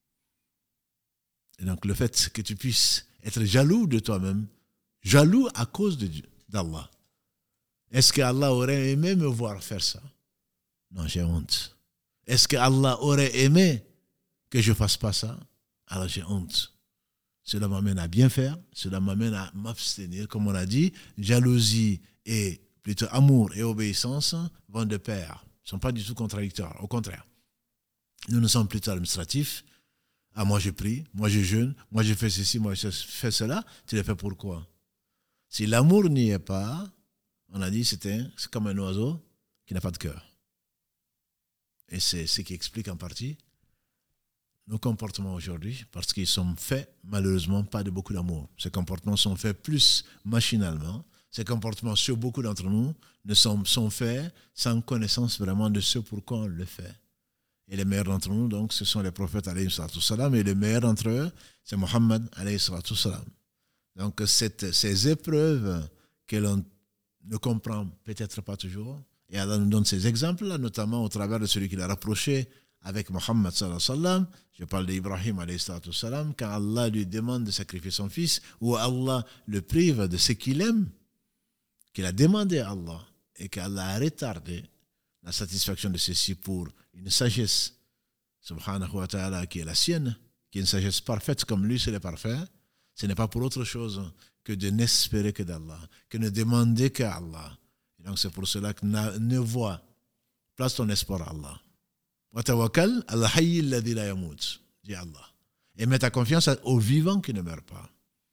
Et donc le fait que tu puisses être jaloux de toi-même, jaloux à cause de Dieu, d'Allah. Est-ce que Allah aurait aimé me voir faire ça? Non, j'ai honte. Est-ce que Allah aurait aimé que je ne fasse pas ça? Alors j'ai honte. Cela m'amène à bien faire, cela m'amène à m'abstenir. Comme on a dit, jalousie et plutôt amour et obéissance vont de pair. Ils ne sont pas du tout contradictoires, au contraire. Nous ne sommes plutôt administratifs. Ah, moi je prie, moi je jeûne, moi je fais ceci, moi je fais cela. Tu le fais pourquoi? Si l'amour n'y est pas, on a dit c'est, un, c'est comme un oiseau qui n'a pas de cœur. Et c'est ce qui explique en partie nos comportements aujourd'hui, parce qu'ils sont faits, malheureusement, pas de beaucoup d'amour. Ces comportements sont faits plus machinalement. Ces comportements, sur beaucoup d'entre nous, ne sont, sont faits sans connaissance vraiment de ce pourquoi on le fait. Et les meilleurs d'entre nous, donc, ce sont les prophètes, alayhi salatu salam, et le meilleur d'entre eux, c'est Mohammed, alayhi salatu salam. Donc, cette, ces épreuves que l'on ne comprend peut-être pas toujours, et Allah nous donne ces exemples-là, notamment au travers de celui qu'il a rapproché avec Mohammed sallallahu alayhi wa sallam. Je parle d'Ibrahim alayhi salam, quand Allah lui demande de sacrifier son fils, ou Allah le prive de ce qu'il aime, qu'il a demandé à Allah, et qu'Allah a retardé la satisfaction de ceci pour une sagesse, subhanahu wa ta'ala, qui est la sienne, qui est une sagesse parfaite comme lui, c'est le parfait. Ce n'est pas pour autre chose que de n'espérer que d'Allah, que ne demander qu'à Allah. Et donc c'est pour cela que ne vois, place ton espoir à Allah. Wa tawakkal ala hayy alladhi la yamut, dit Allah. Et mets ta confiance au vivant qui ne meurt pas.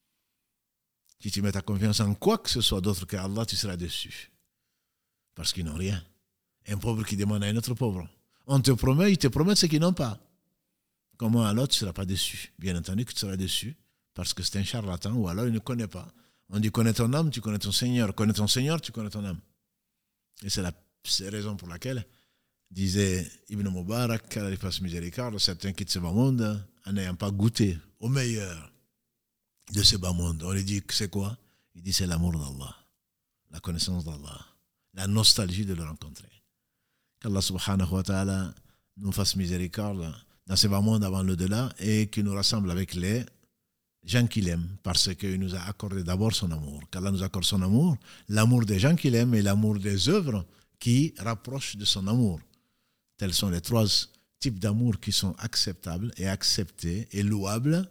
Si tu mets ta confiance en quoi que ce soit d'autre qu'Allah, tu seras déçu. Parce qu'ils n'ont rien. Un pauvre qui demande à un autre pauvre. On te promet, ils te promettent ce qu'ils n'ont pas. Comment alors tu ne seras pas déçu? Bien entendu que tu seras déçu parce que c'est un charlatan ou alors il ne connaît pas. On dit connais ton âme, tu connais ton Seigneur. Connais ton Seigneur, tu connais ton âme. Et c'est la c'est la raison pour laquelle, disait Ibn Mubarak, qu'Allah lui fasse miséricorde, certains quittent ce bas monde en n'ayant pas goûté au meilleur de ce bas monde. On lui dit que c'est quoi? Il dit c'est l'amour d'Allah, la connaissance d'Allah, la nostalgie de le rencontrer. Qu'Allah subhanahu wa ta'ala nous fasse miséricorde dans ce bas monde avant l'au-delà et qu'il nous rassemble avec les gens qu'il aime parce qu'il nous a accordé d'abord son amour. Qu'Allah nous accorde son amour, l'amour des gens qu'il aime et l'amour des œuvres qui rapprochent de son amour. Tels sont les trois types d'amour qui sont acceptables et acceptés et louables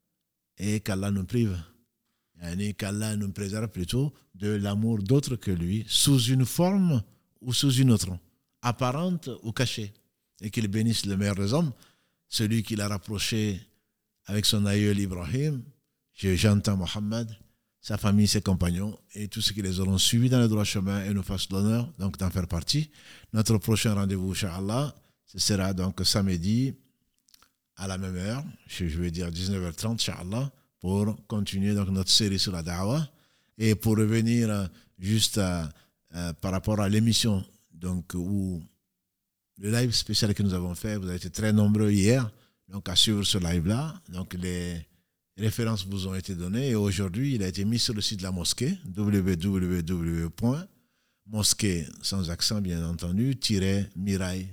et qu'Allah nous prive, et qu'Allah nous préserve plutôt de l'amour d'autre que lui sous une forme ou sous une autre, apparente ou cachée, et qu'il bénisse le meilleur des hommes, celui qui l'a rapproché avec son aïeul Ibrahim, j'entends Mohammed, sa famille, ses compagnons et tous ceux qui les auront suivis dans le droit chemin et nous fassent l'honneur donc d'en faire partie. Notre prochain rendez-vous, Inch'Allah, ce sera donc samedi à la même heure, je vais dire dix-neuf heures trente, Inch'Allah, pour continuer donc notre série sur la da'wah. Et pour revenir juste à, à, par rapport à l'émission, donc où le live spécial que nous avons fait, vous avez été très nombreux hier, donc à suivre ce live-là. Donc les références vous ont été données et aujourd'hui, il a été mis sur le site de la mosquée, w w w point mosquée sans accent bien entendu, mirail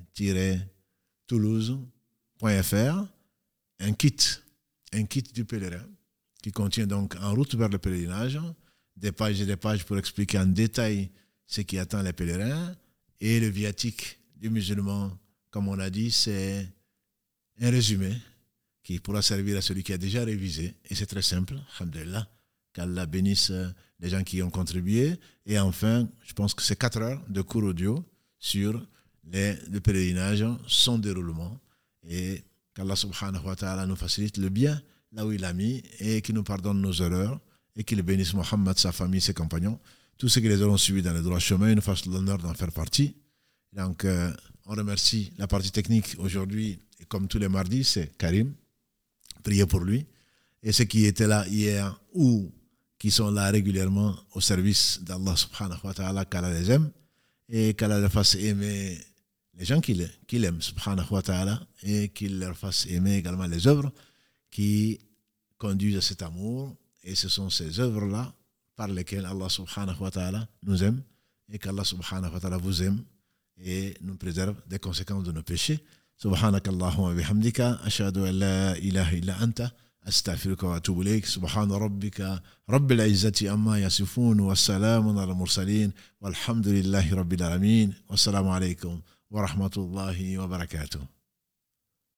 toulouse point f r, un kit, un kit du pèlerin qui contient donc en route vers le pèlerinage des pages et des pages pour expliquer en détail ce qui attend les pèlerins et le viatique du musulman, comme on a dit, c'est un résumé qui pourra servir à celui qui a déjà révisé. Et c'est très simple, alhamdulillah, qu'Allah bénisse les gens qui ont contribué. Et enfin, je pense que c'est quatre heures de cours audio sur les, le pèlerinage, son déroulement. Et qu'Allah subhanahu wa ta'ala nous facilite le bien là où il a mis et qu'il nous pardonne nos erreurs et qu'il bénisse Mohammed, sa famille, ses compagnons. Tous ceux qui les auront suivis dans le droit chemin, ils nous fassent l'honneur d'en faire partie. Donc, euh, on remercie la partie technique aujourd'hui, et comme tous les mardis, c'est Karim. Priez pour lui. Et ceux qui étaient là hier ou qui sont là régulièrement au service d'Allah subhanahu wa ta'ala, qu'Allah les aime et qu'Allah leur fasse aimer les gens qu'il, qu'il aime subhanahu wa ta'ala et qu'il leur fasse aimer également les œuvres qui conduisent à cet amour. Et ce sont ces œuvres-là par lesquelles Allah subhanahu wa ta'ala nous aime et qu'Allah subhanahu wa ta'ala vous aime et nous préserve des conséquences de nos péchés. سبحانك اللهم وبحمدك أشهد أن لا إله إلا أنت أستغفرك وأتوب إليك سبحان ربك رب العزة عما يصفون والسلام على المرسلين والحمد لله رب العالمين والسلام عليكم ورحمة الله وبركاته.